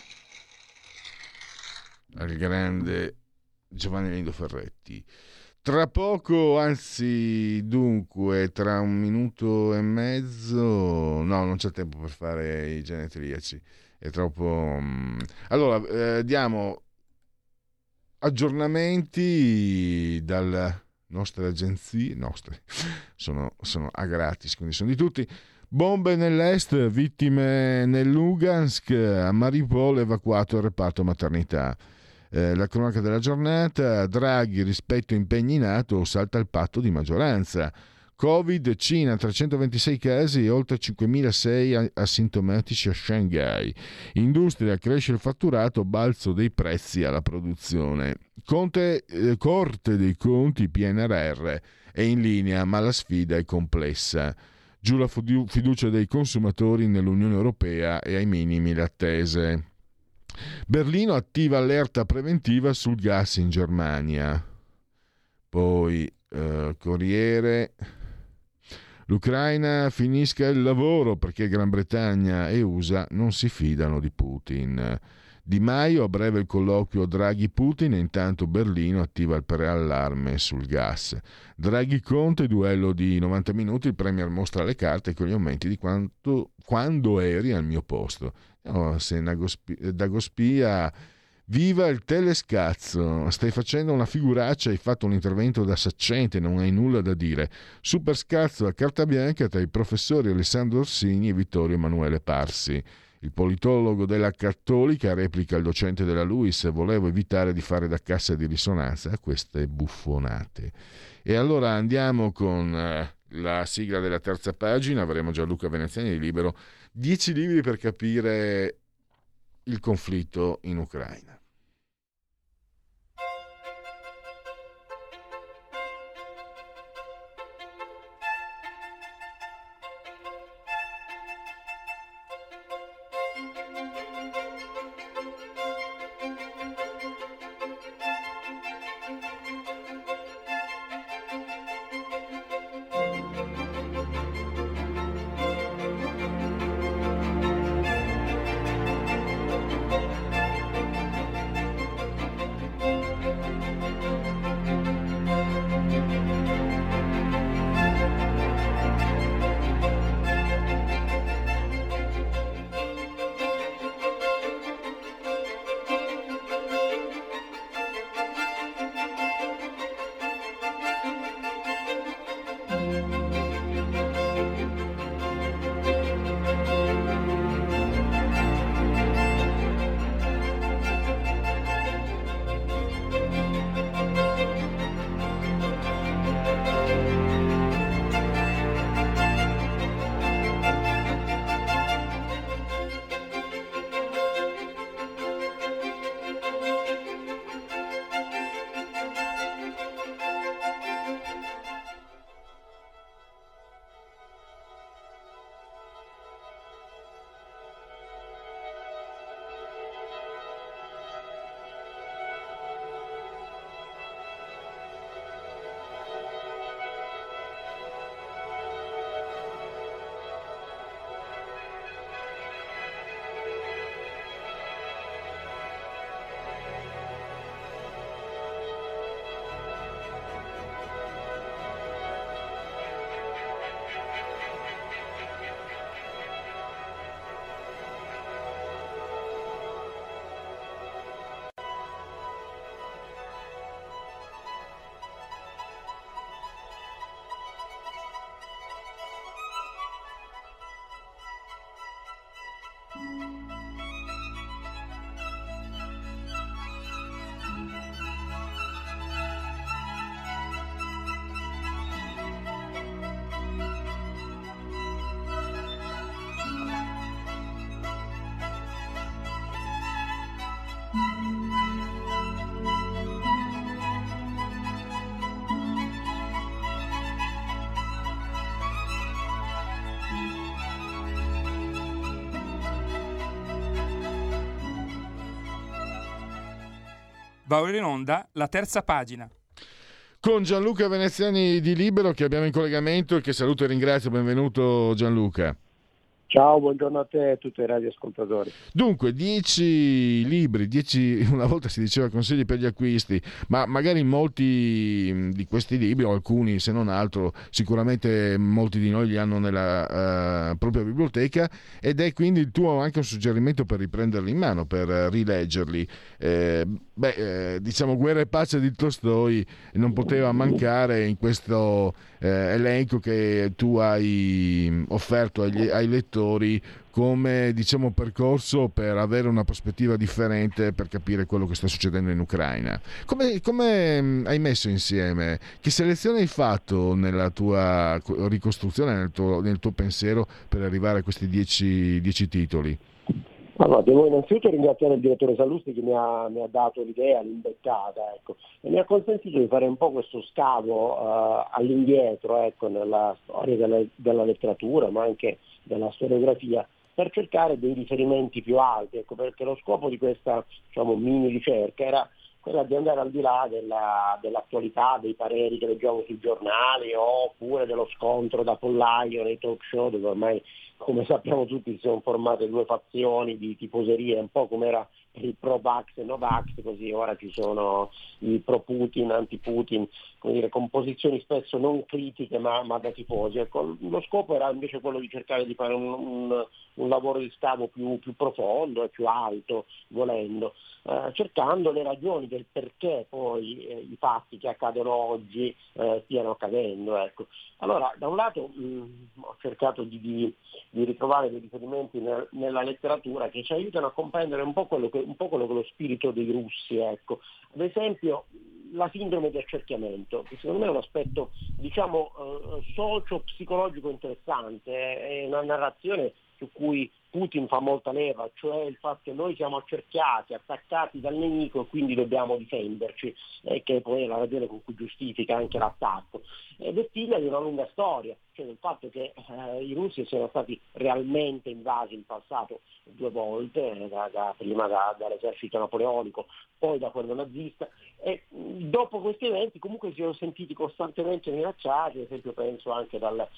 Speaker 2: al grande Giovanni Lindo Ferretti. Tra poco, anzi dunque tra 1 minuto e mezzo, no, non c'è tempo per fare i genetriaci, è troppo. Allora diamo aggiornamenti dalle nostre agenzie, sono a gratis, quindi sono di tutti. Bombe nell'est, vittime nel Lugansk, a Mariupol evacuato il reparto maternità. La cronaca della giornata, Draghi, rispetto impegni NATO, salta il patto di maggioranza. Covid, Cina, 326 casi e oltre 5.006 asintomatici a Shanghai. Industria, cresce il fatturato, balzo dei prezzi alla produzione. Corte dei conti, PNRR è in linea, ma la sfida è complessa. Giù la fiducia dei consumatori nell'Unione Europea e ai minimi le attese. Berlino attiva allerta preventiva sul gas in Germania. Poi Corriere. L'Ucraina finisca il lavoro perché Gran Bretagna e USA non si fidano di Putin. Di Maio, a breve il colloquio Draghi-Putin e intanto Berlino attiva il preallarme sul gas. Draghi-Conte, duello di 90 minuti, il Premier mostra le carte con gli aumenti di quando eri al mio posto. Dagospia, viva il telescazzo, stai facendo una figuraccia, hai fatto un intervento da saccente, non hai nulla da dire. Super scazzo a carta bianca tra i professori Alessandro Orsini e Vittorio Emanuele Parsi. Il politologo della Cattolica replica al docente della LUISS: volevo evitare di fare da cassa di risonanza a queste buffonate. E allora andiamo con la sigla della terza pagina. Avremo Gianluca Veneziani di Libero. 10 libri per capire il conflitto in Ucraina.
Speaker 7: Va ora in onda la terza pagina.
Speaker 2: Con Gianluca Veneziani di Libero, che abbiamo in collegamento e che saluto e ringrazio. Benvenuto Gianluca.
Speaker 8: Ciao, buongiorno a te e a tutti i radioascoltatori.
Speaker 2: Dunque, 10 libri, 10, una volta si diceva consigli per gli acquisti, ma magari molti di questi libri, o alcuni se non altro, sicuramente molti di noi li hanno nella propria biblioteca, ed è quindi il tuo anche un suggerimento per riprenderli in mano, per rileggerli. Diciamo Guerra e pace di Tolstoi non poteva mancare in questo elenco che tu hai offerto ai lettori come, diciamo, percorso per avere una prospettiva differente, per capire quello che sta succedendo in Ucraina. Come hai messo insieme? Che selezione hai fatto nella tua ricostruzione, nel tuo pensiero, per arrivare a questi 10 titoli?
Speaker 8: Allora, devo innanzitutto ringraziare il direttore Sallusti che mi ha dato l'idea, l'imbeccata, ecco, e mi ha consentito di fare un po' questo scavo all'indietro, ecco, nella storia della letteratura, ma anche della storiografia, per cercare dei riferimenti più alti, ecco, perché lo scopo di questa, diciamo, mini ricerca era quella di andare al di là dell'attualità, dei pareri che leggiamo sui giornali, oppure dello scontro da pollaio nei talk show, dove ormai, come sappiamo tutti, si sono formate due fazioni di tifoserie, un po' come era il pro-Vax e no-Vax, così ora ci sono i pro-Putin, anti-Putin, come dire, con posizioni spesso non critiche ma da tifosi. Ecco, lo scopo era invece quello di cercare di fare un lavoro di scavo più profondo e più alto, volendo, cercando le ragioni del perché poi i fatti che accadono oggi stiano accadendo. Ecco. Allora, da un lato ho cercato di ritrovare dei riferimenti nella letteratura che ci aiutano a comprendere un po' quello che è lo spirito dei russi. Ecco. Ad esempio la sindrome di accerchiamento, che secondo me è un aspetto, diciamo, socio-psicologico interessante, è una narrazione su cui Putin fa molta leva, cioè il fatto che noi siamo accerchiati, attaccati dal nemico e quindi dobbiamo difenderci, che poi è la ragione con cui giustifica anche l'attacco. Ed è figlia di una lunga storia, cioè del fatto che i russi siano stati realmente invasi in passato 2 volte, prima dall'esercito napoleonico, poi da quello nazista, e dopo questi eventi comunque si sono sentiti costantemente minacciati. Ad esempio penso anche dal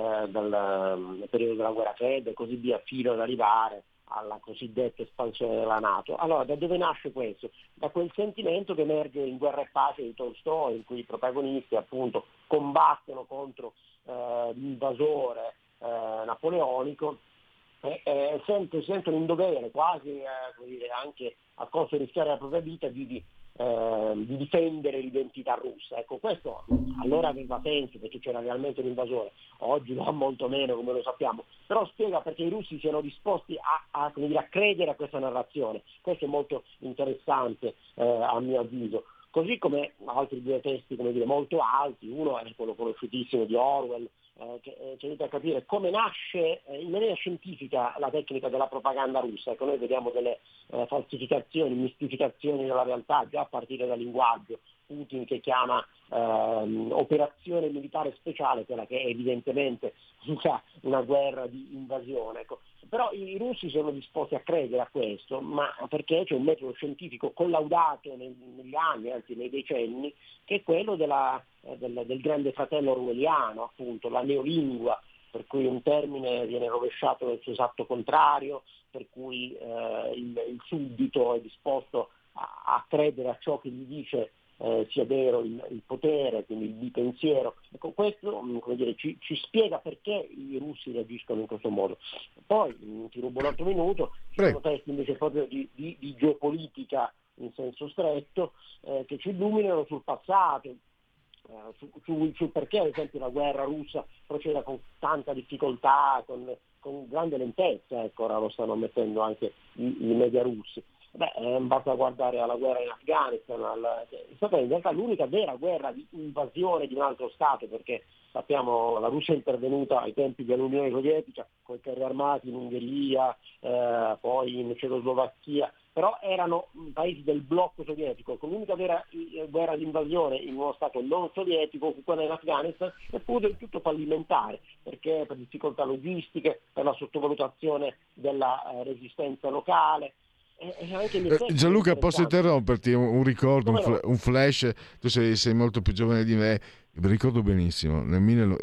Speaker 8: periodo della guerra fredda e così via, fino ad arrivare alla cosiddetta espansione della NATO. Allora, da dove nasce questo? Da quel sentimento che emerge in Guerra e pace di Tolstoi, in cui i protagonisti appunto combattono contro l'invasore napoleonico e sentono in dovere, quasi come dire, anche a costo di rischiare la propria vita, di difendere l'identità russa. Ecco, questo allora aveva senso perché c'era realmente l'invasore, oggi lo ha molto meno, come lo sappiamo, però spiega perché i russi siano disposti a credere a questa narrazione. Questo è molto interessante a mio avviso. Così come altri 2 testi, come dire, molto alti, uno è quello conosciutissimo di Orwell, che ci aiuta a capire come nasce in maniera scientifica la tecnica della propaganda russa. Ecco, noi vediamo delle falsificazioni, mistificazioni della realtà già a partire dal linguaggio. Putin che chiama operazione militare speciale, quella che è evidentemente una guerra di invasione. Ecco. Però i russi sono disposti a credere a questo, ma perché c'è un metodo scientifico collaudato negli anni, anzi nei decenni, che è quello del grande fratello orwelliano, appunto, la neolingua, per cui un termine viene rovesciato nel suo esatto contrario, per cui il suddito è disposto a credere a ciò che gli dice sia vero il potere, quindi il bipensiero. Ecco, questo, come dire, ci spiega perché i russi reagiscono in questo modo. Poi ti rubo un altro minuto, ci sono testi invece proprio di geopolitica in senso stretto, che ci illuminano sul passato, sul perché ad esempio la guerra russa proceda con tanta difficoltà, con grande lentezza. Ecco, ora lo stanno ammettendo anche i media russi. Basta guardare alla guerra in Afghanistan, è stata in realtà l'unica vera guerra di invasione di un altro Stato, perché sappiamo la Russia è intervenuta ai tempi dell'Unione Sovietica con i carri armati in Ungheria, poi in Cecoslovacchia, però erano paesi del blocco sovietico, con l'unica vera guerra di invasione in uno Stato non sovietico, fu quella in Afghanistan, e fu del tutto fallimentare, perché per difficoltà logistiche, per la sottovalutazione della resistenza locale. E anche gli effetti
Speaker 2: Gianluca, posso interromperti? Un ricordo,
Speaker 8: no?
Speaker 2: un flash. Tu sei molto più giovane di me. Mi ricordo benissimo, nel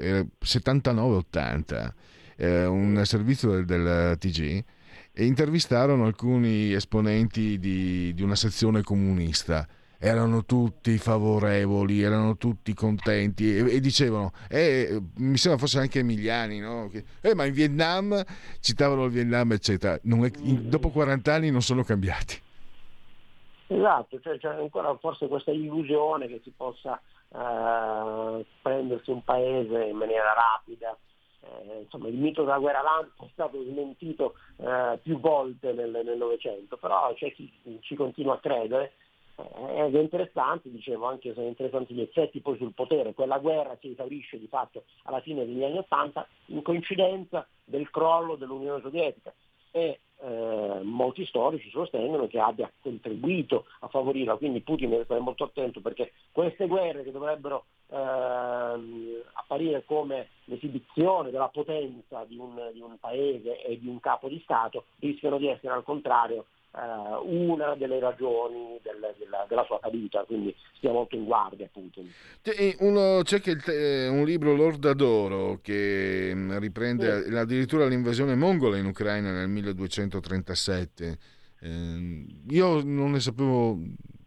Speaker 2: 79-80, un servizio del TG, e intervistarono alcuni esponenti di una sezione comunista. Erano tutti favorevoli, erano tutti contenti e dicevano, mi sembra fosse anche Emiliani, no? Ma in Vietnam, citavano il Vietnam, eccetera. Dopo 40 anni non sono cambiati.
Speaker 8: Esatto, cioè c'è ancora forse questa illusione che si possa prendersi un paese in maniera rapida. Insomma, il mito della guerra lampo è stato smentito più volte nel Novecento, però c'è chi ci continua a credere. Ed è interessante, dicevo, anche se sono interessanti gli effetti poi sul potere. Quella guerra si esaurisce di fatto alla fine degli anni '80 in coincidenza del crollo dell'Unione Sovietica, e molti storici sostengono che abbia contribuito a favorirla. Quindi Putin deve stare molto attento, perché queste guerre, che dovrebbero apparire come l'esibizione della potenza di un paese e di un capo di Stato, rischiano di essere al contrario una delle ragioni della sua caduta, quindi stia molto in guardia Putin.
Speaker 2: C'è un libro, L'Orda d'Oro, che riprende addirittura l'invasione mongola in Ucraina nel 1237. Io non ne sapevo,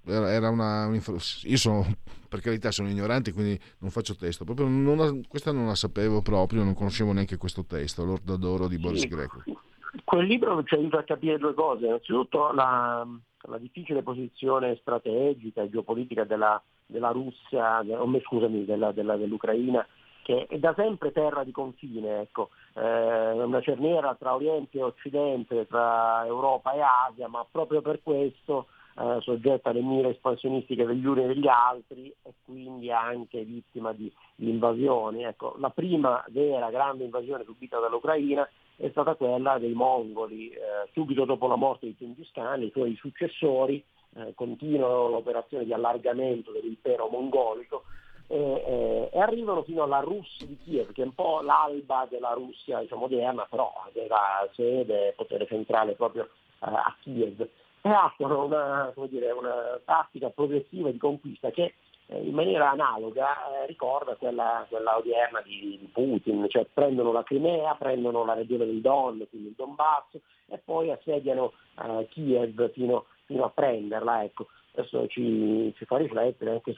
Speaker 2: io sono, per carità, sono ignorante, quindi non faccio testo, proprio questa non la sapevo proprio, non conoscevo neanche questo testo, L'Orda d'Oro di Boris Greco.
Speaker 8: Quel libro ci aiuta a capire due cose: innanzitutto la difficile posizione strategica e geopolitica della Russia, dell'Ucraina, che è da sempre terra di confine, ecco, una cerniera tra Oriente e Occidente, tra Europa e Asia, ma proprio per questo soggetta alle mire espansionistiche degli uni e degli altri, e quindi anche vittima di invasioni. Ecco, la prima vera grande invasione subita dall'Ucraina è stata quella dei mongoli, subito dopo la morte di Gengis Khan. I suoi successori continuano l'operazione di allargamento dell'impero mongolico e arrivano fino alla Rus di Kiev, che è un po' l'alba della Russia, diciamo, odierna, però aveva sede e potere centrale proprio a Kiev, e attuano una tattica progressiva di conquista che in maniera analoga ricorda quella odierna di Putin, cioè prendono la Crimea, prendono la regione del Don, quindi il Donbass, e poi assediano Kiev fino a prenderla. Ecco, adesso ci fa riflettere anche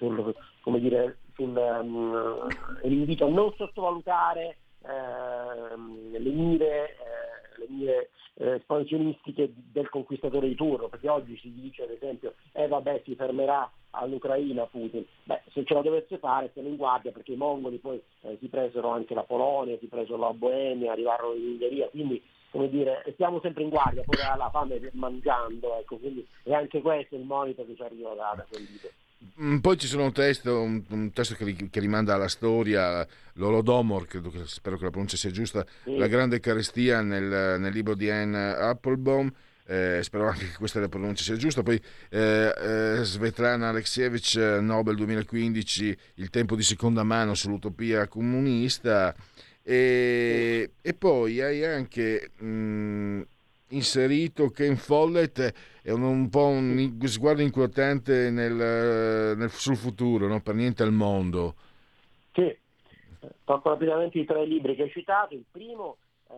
Speaker 8: l'invito a non sottovalutare le mire espansionistiche del conquistatore di turno, perché oggi si dice, ad esempio, si fermerà all'Ucraina Putin. Se ce la dovesse fare, stiamo in guardia, perché i mongoli poi si presero anche la Polonia, si presero la Boemia, arrivarono in Ungheria, quindi, come dire, stiamo sempre in guardia, poi la fame mangiando, ecco, quindi è anche questo il monito che ci arriva da quel libro.
Speaker 2: Poi ci sono un testo che rimanda alla storia, l'Holodomor, spero che la pronuncia sia giusta, sì. La grande carestia nel libro di Anne Applebaum, spero anche che questa la pronuncia sia giusta. Poi Svetlana Alexievich, Nobel 2015, Il tempo di seconda mano sull'utopia comunista, e poi hai anche inserito Ken Follett, è un po' un sguardo inquietante sul futuro, no? Per niente al mondo.
Speaker 8: Sì, tocco rapidamente i tre libri che hai citato. Il primo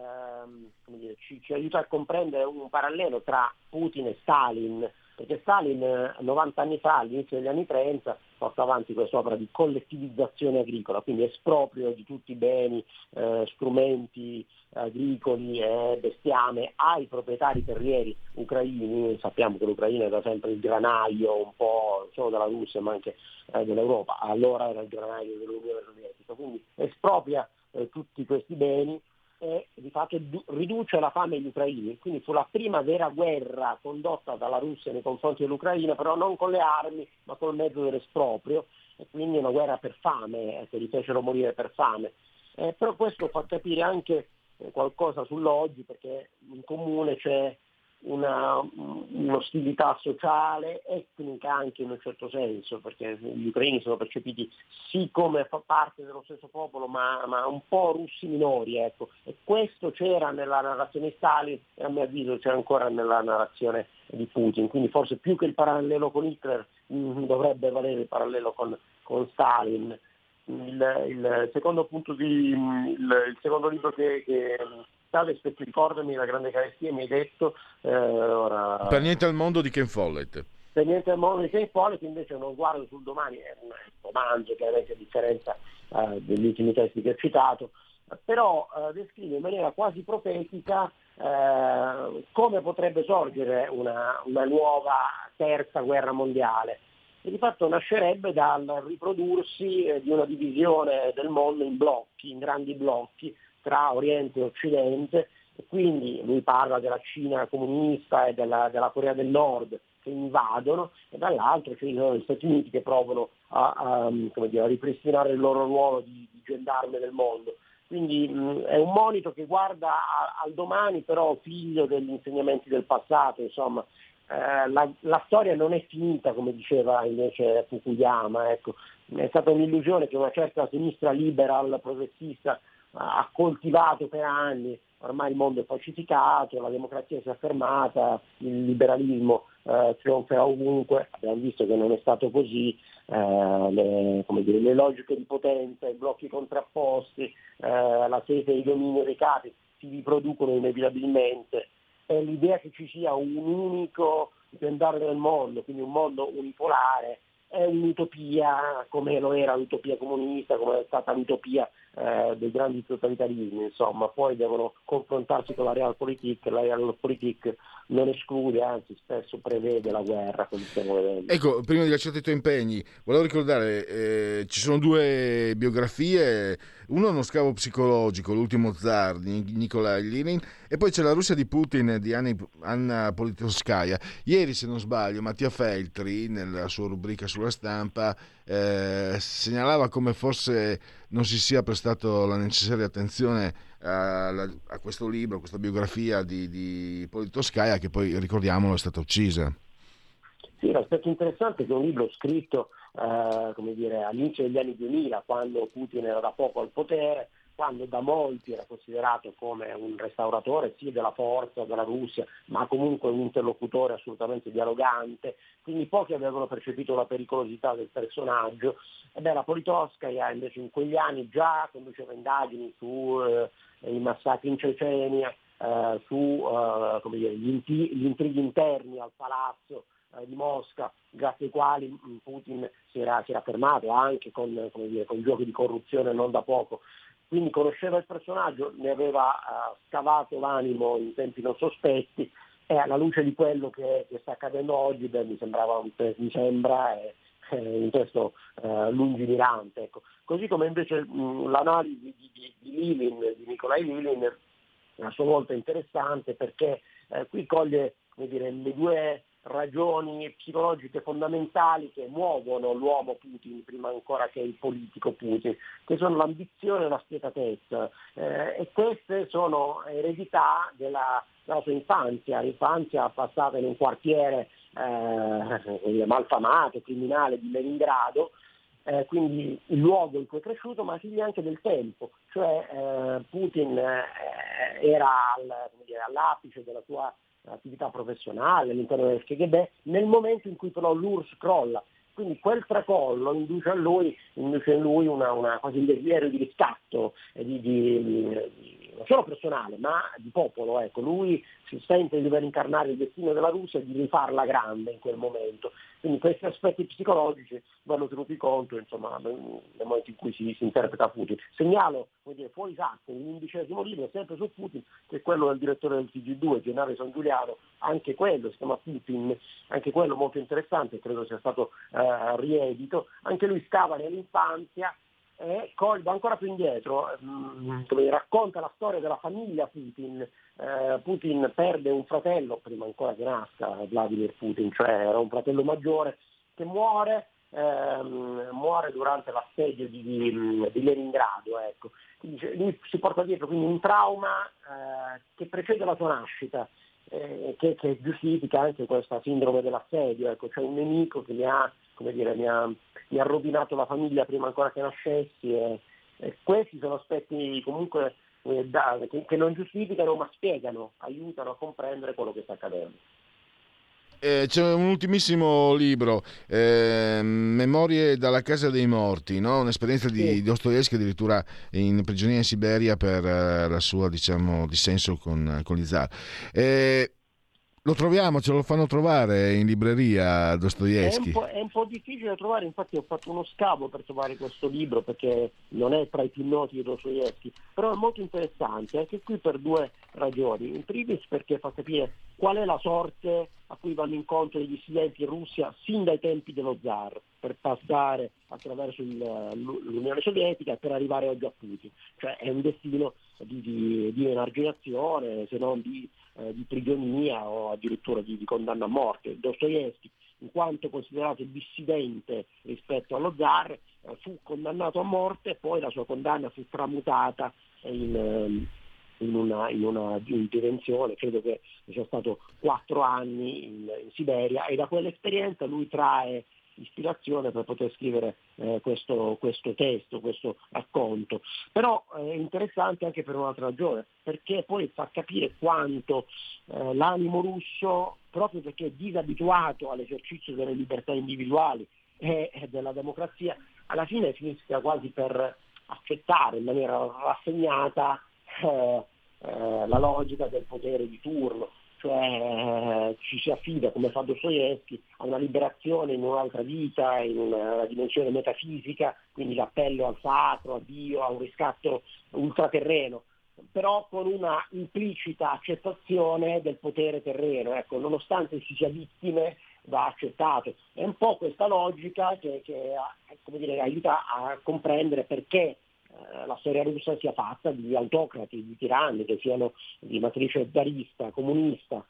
Speaker 8: ci aiuta a comprendere un parallelo tra Putin e Stalin, perché Stalin 90 anni fa, all'inizio degli anni 30, porta avanti quest'opera di collettivizzazione agricola, quindi esproprio di tutti i beni, strumenti agricoli e bestiame ai proprietari terrieri ucraini. Sappiamo che l'Ucraina è da sempre il granaio un po' non solo della Russia ma anche dell'Europa, allora era il granaio dell'Unione Sovietica, quindi espropria tutti questi beni e di fatto riduce la fame agli ucraini. Quindi fu la prima vera guerra condotta dalla Russia nei confronti dell'Ucraina, però non con le armi ma col mezzo dell'esproprio, e quindi una guerra per fame, che li fecero morire per fame. Però questo fa capire anche qualcosa sull'oggi, perché in comune c'è un'ostilità sociale, etnica anche in un certo senso, perché gli ucraini sono percepiti sì come fa parte dello stesso popolo, ma un po' russi minori, ecco. E questo c'era nella narrazione di Stalin e a mio avviso c'è ancora nella narrazione di Putin, quindi forse più che il parallelo con Hitler dovrebbe valere il parallelo con Stalin. Il secondo punto il secondo libro che aspetta, ricordami, La grande carestia, mi hai detto ora...
Speaker 2: Per niente al mondo di Ken Follett.
Speaker 8: Per niente al mondo di Ken Follett invece uno sguardo sul domani, è un romanzo chiaramente a differenza degli ultimi testi che ho citato, però descrive in maniera quasi profetica come potrebbe sorgere una nuova terza guerra mondiale. E di fatto nascerebbe dal riprodursi di una divisione del mondo in blocchi, in grandi blocchi, tra Oriente e Occidente, e quindi lui parla della Cina comunista e della Corea del Nord che invadono, e dall'altro ci sono gli Stati Uniti che provano a ripristinare il loro ruolo di gendarme del mondo. Quindi è un monito che guarda al domani, però figlio degli insegnamenti del passato, insomma. La storia non è finita, come diceva invece Fukuyama, ecco. È stata un'illusione che una certa sinistra liberal, progressista, ha coltivato per anni. Ormai il mondo è pacificato, la democrazia si è affermata, il liberalismo trionferà ovunque. Abbiamo visto che non è stato così, le logiche di potenza, i blocchi contrapposti, la sete e il dominio dei capi si riproducono inevitabilmente. L'idea che ci sia un unico gendarme del mondo, quindi un mondo unipolare, è un'utopia, come lo era l'utopia comunista, come è stata l'utopia dei grandi totalitarismi, insomma. Poi devono confrontarsi con la realpolitik. La realpolitik non esclude, anzi spesso prevede la guerra, come stiamo vedendo.
Speaker 2: Ecco, prima di lasciare i tuoi impegni, volevo ricordare, ci sono due biografie, uno è uno scavo psicologico, L'ultimo zar di Nikolai Lenin, e poi c'è La Russia di Putin di Anna Politkovskaya. Ieri, se non sbaglio, Mattia Feltri, nella sua rubrica sulla Stampa, segnalava come forse non si sia prestato la necessaria attenzione a questo libro, a questa biografia di Politkovskaya, che poi, ricordiamolo, è stata uccisa.
Speaker 8: Sì, l'aspetto interessante è che è un libro scritto all'inizio degli anni 2000, quando Putin era da poco al potere, quando da molti era considerato come un restauratore sì della forza della Russia, ma comunque un interlocutore assolutamente dialogante, quindi pochi avevano percepito la pericolosità del personaggio. La Politkovskaya invece in quegli anni già conduceva indagini sui massacri in Cecenia, gli intrighi interni al palazzo di Mosca, grazie ai quali Putin si era fermato anche con giochi di corruzione non da poco. Quindi conosceva il personaggio, ne aveva scavato l'animo in tempi non sospetti, e alla luce di quello che sta accadendo oggi, mi sembra un testo lungimirante. Ecco. Così come invece l'analisi di Nikolai Lenin a sua volta interessante, perché qui coglie le due ragioni psicologiche fondamentali che muovono l'uomo Putin prima ancora che il politico Putin, che sono l'ambizione e la spietatezza, e queste sono eredità della sua l'infanzia passata in un quartiere malfamato, criminale di Leningrado, quindi il luogo in cui è cresciuto, ma figlia anche del tempo, cioè Putin era all'apice della sua attività professionale all'interno del KGB, nel momento in cui però l'URSS crolla. Quindi quel tracollo induce in lui una quasi un desiderio di riscatto, non solo personale, ma di popolo. Ecco. Lui si sente di dover incarnare il destino della Russia e di rifarla grande in quel momento. Quindi questi aspetti psicologici vanno tenuti conto, insomma, nel momento in cui si interpreta Putin. Segnalo, fuori sacco, un 11° libro, sempre su Putin, che è quello del direttore del TG2, Gennaro San Giuliano, anche quello si chiama Putin, anche quello molto interessante, credo sia stato riedito. Anche lui scava nell'infanzia e va ancora più indietro, racconta la storia della famiglia Putin. Putin perde un fratello prima ancora che nasca Vladimir Putin, cioè era un fratello maggiore che muore, muore durante l'assedio di Leningrado, ecco. Quindi lui si porta dietro quindi un trauma che precede la sua nascita, che giustifica anche questa sindrome dell'assedio, ecco, cioè un nemico che mi ha rovinato la famiglia prima ancora che nascessi, e questi sono aspetti comunque che non giustificano ma spiegano, aiutano a comprendere quello che sta accadendo.
Speaker 2: C'è un ultimissimo libro, Memorie dalla casa dei morti, no? Un'esperienza di Dostoevskij, addirittura in prigionia in Siberia per la sua, diciamo, dissenso con gli zar. Lo troviamo, ce lo fanno trovare in libreria Dostoevskij?
Speaker 8: È un po' difficile da trovare, infatti ho fatto uno scavo per trovare questo libro perché non è tra i più noti di Dostoevskij, però è molto interessante, anche qui per due ragioni. In primis perché fa capire qual è la sorte a cui vanno incontro i dissidenti in Russia sin dai tempi dello zar, per passare attraverso l'Unione Sovietica e per arrivare oggi a Putin. Cioè è un destino di emarginazione, se non di prigionia o addirittura di condanna a morte. Dostoevskij, in quanto considerato dissidente rispetto allo zar, fu condannato a morte e poi la sua condanna fu tramutata in una detenzione, credo che sia stato 4 anni in Siberia, e da quell'esperienza lui trae ispirazione per poter scrivere questo testo, questo racconto. Però è interessante anche per un'altra ragione, perché poi fa capire quanto l'animo russo, proprio perché è disabituato all'esercizio delle libertà individuali e della democrazia, alla fine finisca quasi per accettare in maniera rassegnata la logica del potere di turno. Cioè ci si affida, come fa Dostoevskij, a una liberazione in un'altra vita, in una dimensione metafisica, quindi l'appello al sacro, a Dio, a un riscatto ultraterreno, però con una implicita accettazione del potere terreno, ecco, nonostante si sia vittime va accettato. È un po' questa logica che come dire, aiuta a comprendere perché la storia russa sia fatta di autocrati, di tiranni, che siano di matrice zarista, comunista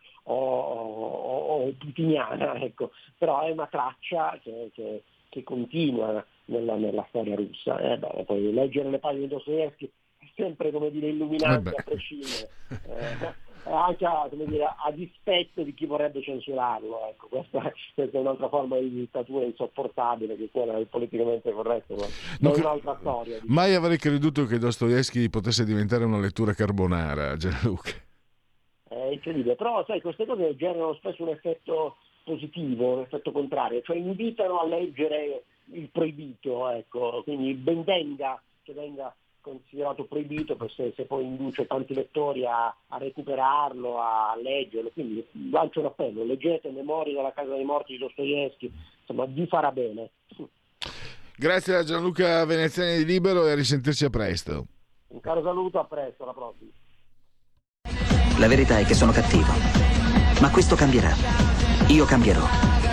Speaker 8: o putiniana, ecco. Però è una traccia che continua nella storia russa. Poi leggere le pagine di Dostoevskij è sempre, come dire, illuminante a prescindere. Anche a dispetto di chi vorrebbe censurarlo, ecco. Questa è un'altra forma di dittatura insopportabile, che quella del politicamente corretto, ma è un'altra storia.
Speaker 2: Mai avrei creduto che Dostoevskij potesse diventare una lettura carbonara, Gianluca.
Speaker 8: È incredibile, però sai, queste cose generano spesso un effetto positivo, un effetto contrario, cioè invitano a leggere il proibito, ecco, quindi ben venga che venga considerato proibito, se poi induce tanti lettori a recuperarlo, a leggerlo. Quindi lancio un appello: leggete Memorie dalla casa dei morti di Dostoevskij, insomma vi farà bene.
Speaker 2: Grazie a Gianluca Veneziani di Libero e a risentirci a presto.
Speaker 8: Un caro saluto, a presto, alla prossima.
Speaker 9: La verità è che sono cattivo, ma questo cambierà. Io cambierò.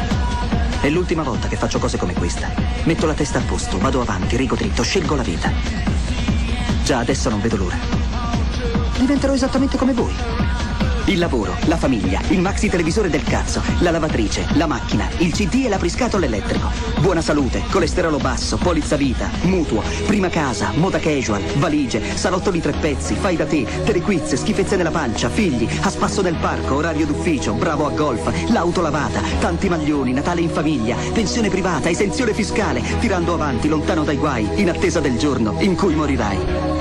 Speaker 9: È l'ultima volta che faccio cose come questa. Metto la testa a posto, vado avanti, rigo dritto, scelgo la vita. Già adesso non vedo l'ora. Diventerò esattamente come voi. Il lavoro, la famiglia, il maxi televisore del cazzo, la lavatrice, la macchina, il CD e l'apriscatole elettrico. Buona salute, colesterolo basso, polizza vita, mutuo, prima casa, moda casual, valigie, salottoli 3 pezzi, fai da te, telequiz, schifezze nella pancia, figli, a spasso nel parco, orario d'ufficio, bravo a golf, l'auto lavata, tanti maglioni, Natale in famiglia, pensione privata, esenzione fiscale, tirando avanti, lontano dai guai, in attesa del giorno in cui morirai.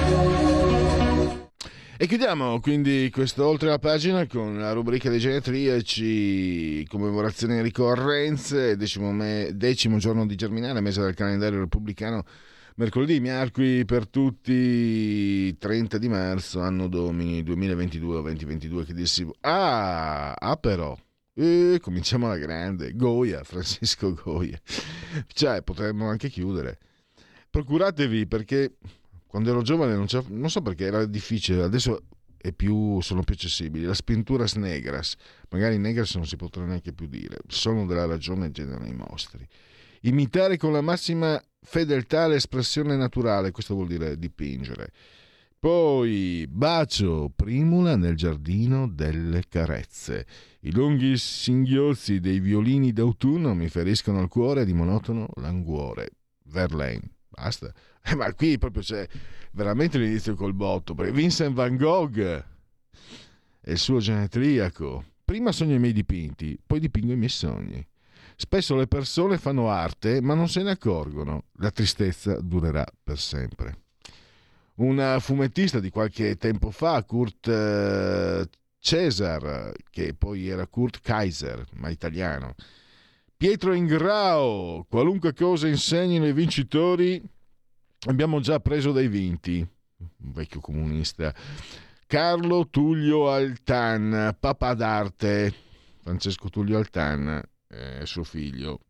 Speaker 2: E chiudiamo quindi questo Oltre la pagina con la rubrica dei genetriaci, commemorazioni e ricorrenze, decimo giorno di Germinale, mese del calendario repubblicano, mercoledì, miarqui per tutti, 30 di marzo, anno domini 2022 o 2022, che dissi, però, cominciamo alla grande, Goya, Francisco Goya, cioè potremmo anche chiudere, procuratevi, perché quando ero giovane non so perché era difficile, adesso sono più accessibili. Las pinturas negras, magari negras non si potrà neanche più dire, sono della ragione e generano i mostri. Imitare con la massima fedeltà l'espressione naturale, questo vuol dire dipingere. Poi Bacio Primula nel giardino delle carezze. I lunghi singhiozzi dei violini d'autunno mi feriscono il cuore di monotono languore. Verlaine. Basta. Ma qui proprio c'è veramente l'inizio col botto. Perché Vincent van Gogh e il suo genetriaco. Prima sogno i miei dipinti, poi dipingo i miei sogni. Spesso le persone fanno arte ma non se ne accorgono. La tristezza durerà per sempre. Un fumettista di qualche tempo fa, Kurt Cesar, che poi era Kurt Kaiser, ma italiano. Pietro Ingrao, qualunque cosa insegnino i vincitori, abbiamo già preso dai vinti. Un vecchio comunista. Carlo Tullio Altan, papà d'arte. Francesco Tullio Altan, suo figlio.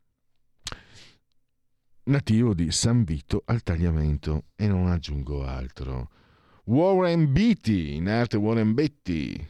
Speaker 2: Nativo di San Vito al Tagliamento, e non aggiungo altro. Warren Beatty, in arte Warren Beatty.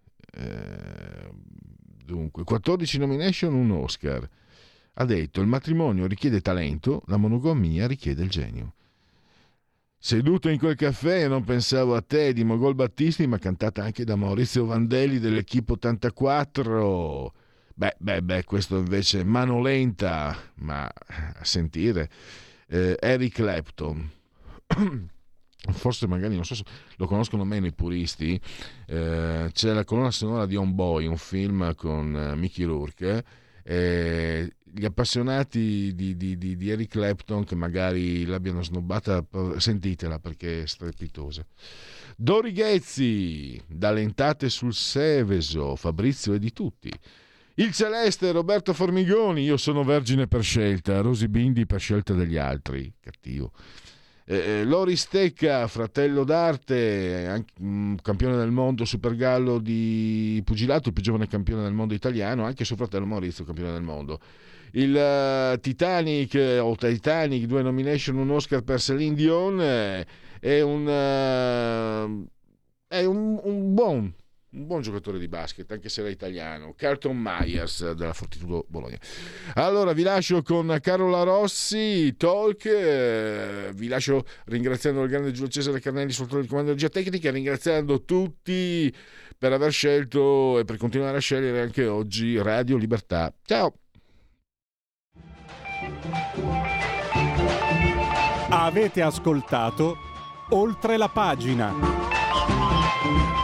Speaker 2: Dunque, 14 nomination, un Oscar. Ha detto: il matrimonio richiede talento, la monogamia richiede il genio. Seduto in quel caffè non pensavo a te di Mogol Battisti, ma cantata anche da Maurizio Vandelli dell'Equipe 84. Beh, questo invece mano lenta, ma a sentire. Eric Clapton. Forse magari, non so se lo conoscono meno i puristi. C'è la colonna sonora di On Boy, un film con Mickey Rourke. Gli appassionati di Eric Clapton, che magari l'abbiano snobbata, sentitela perché è strepitosa. Dori Ghezzi, da Lentate sul Seveso, Fabrizio e di tutti. Il Celeste, Roberto Formigoni, io sono vergine per scelta, Rosy Bindi per scelta degli altri, cattivo. Lori Stecca, fratello d'arte, anche, campione del mondo supergallo di pugilato, il più giovane campione del mondo italiano, anche suo fratello Maurizio campione del mondo. Il Titanic, 2 nomination, un Oscar per Céline Dion, è un buon giocatore di basket, anche se era italiano. Carlton Myers della Fortitudo Bologna. Allora vi lascio con Carola Rossi, Talk. Vi lascio ringraziando il grande Giulio Cesare Carnelli sul comando di regia tecnica, ringraziando tutti per aver scelto e per continuare a scegliere anche oggi Radio Libertà. Ciao.
Speaker 1: Avete ascoltato Oltre la pagina.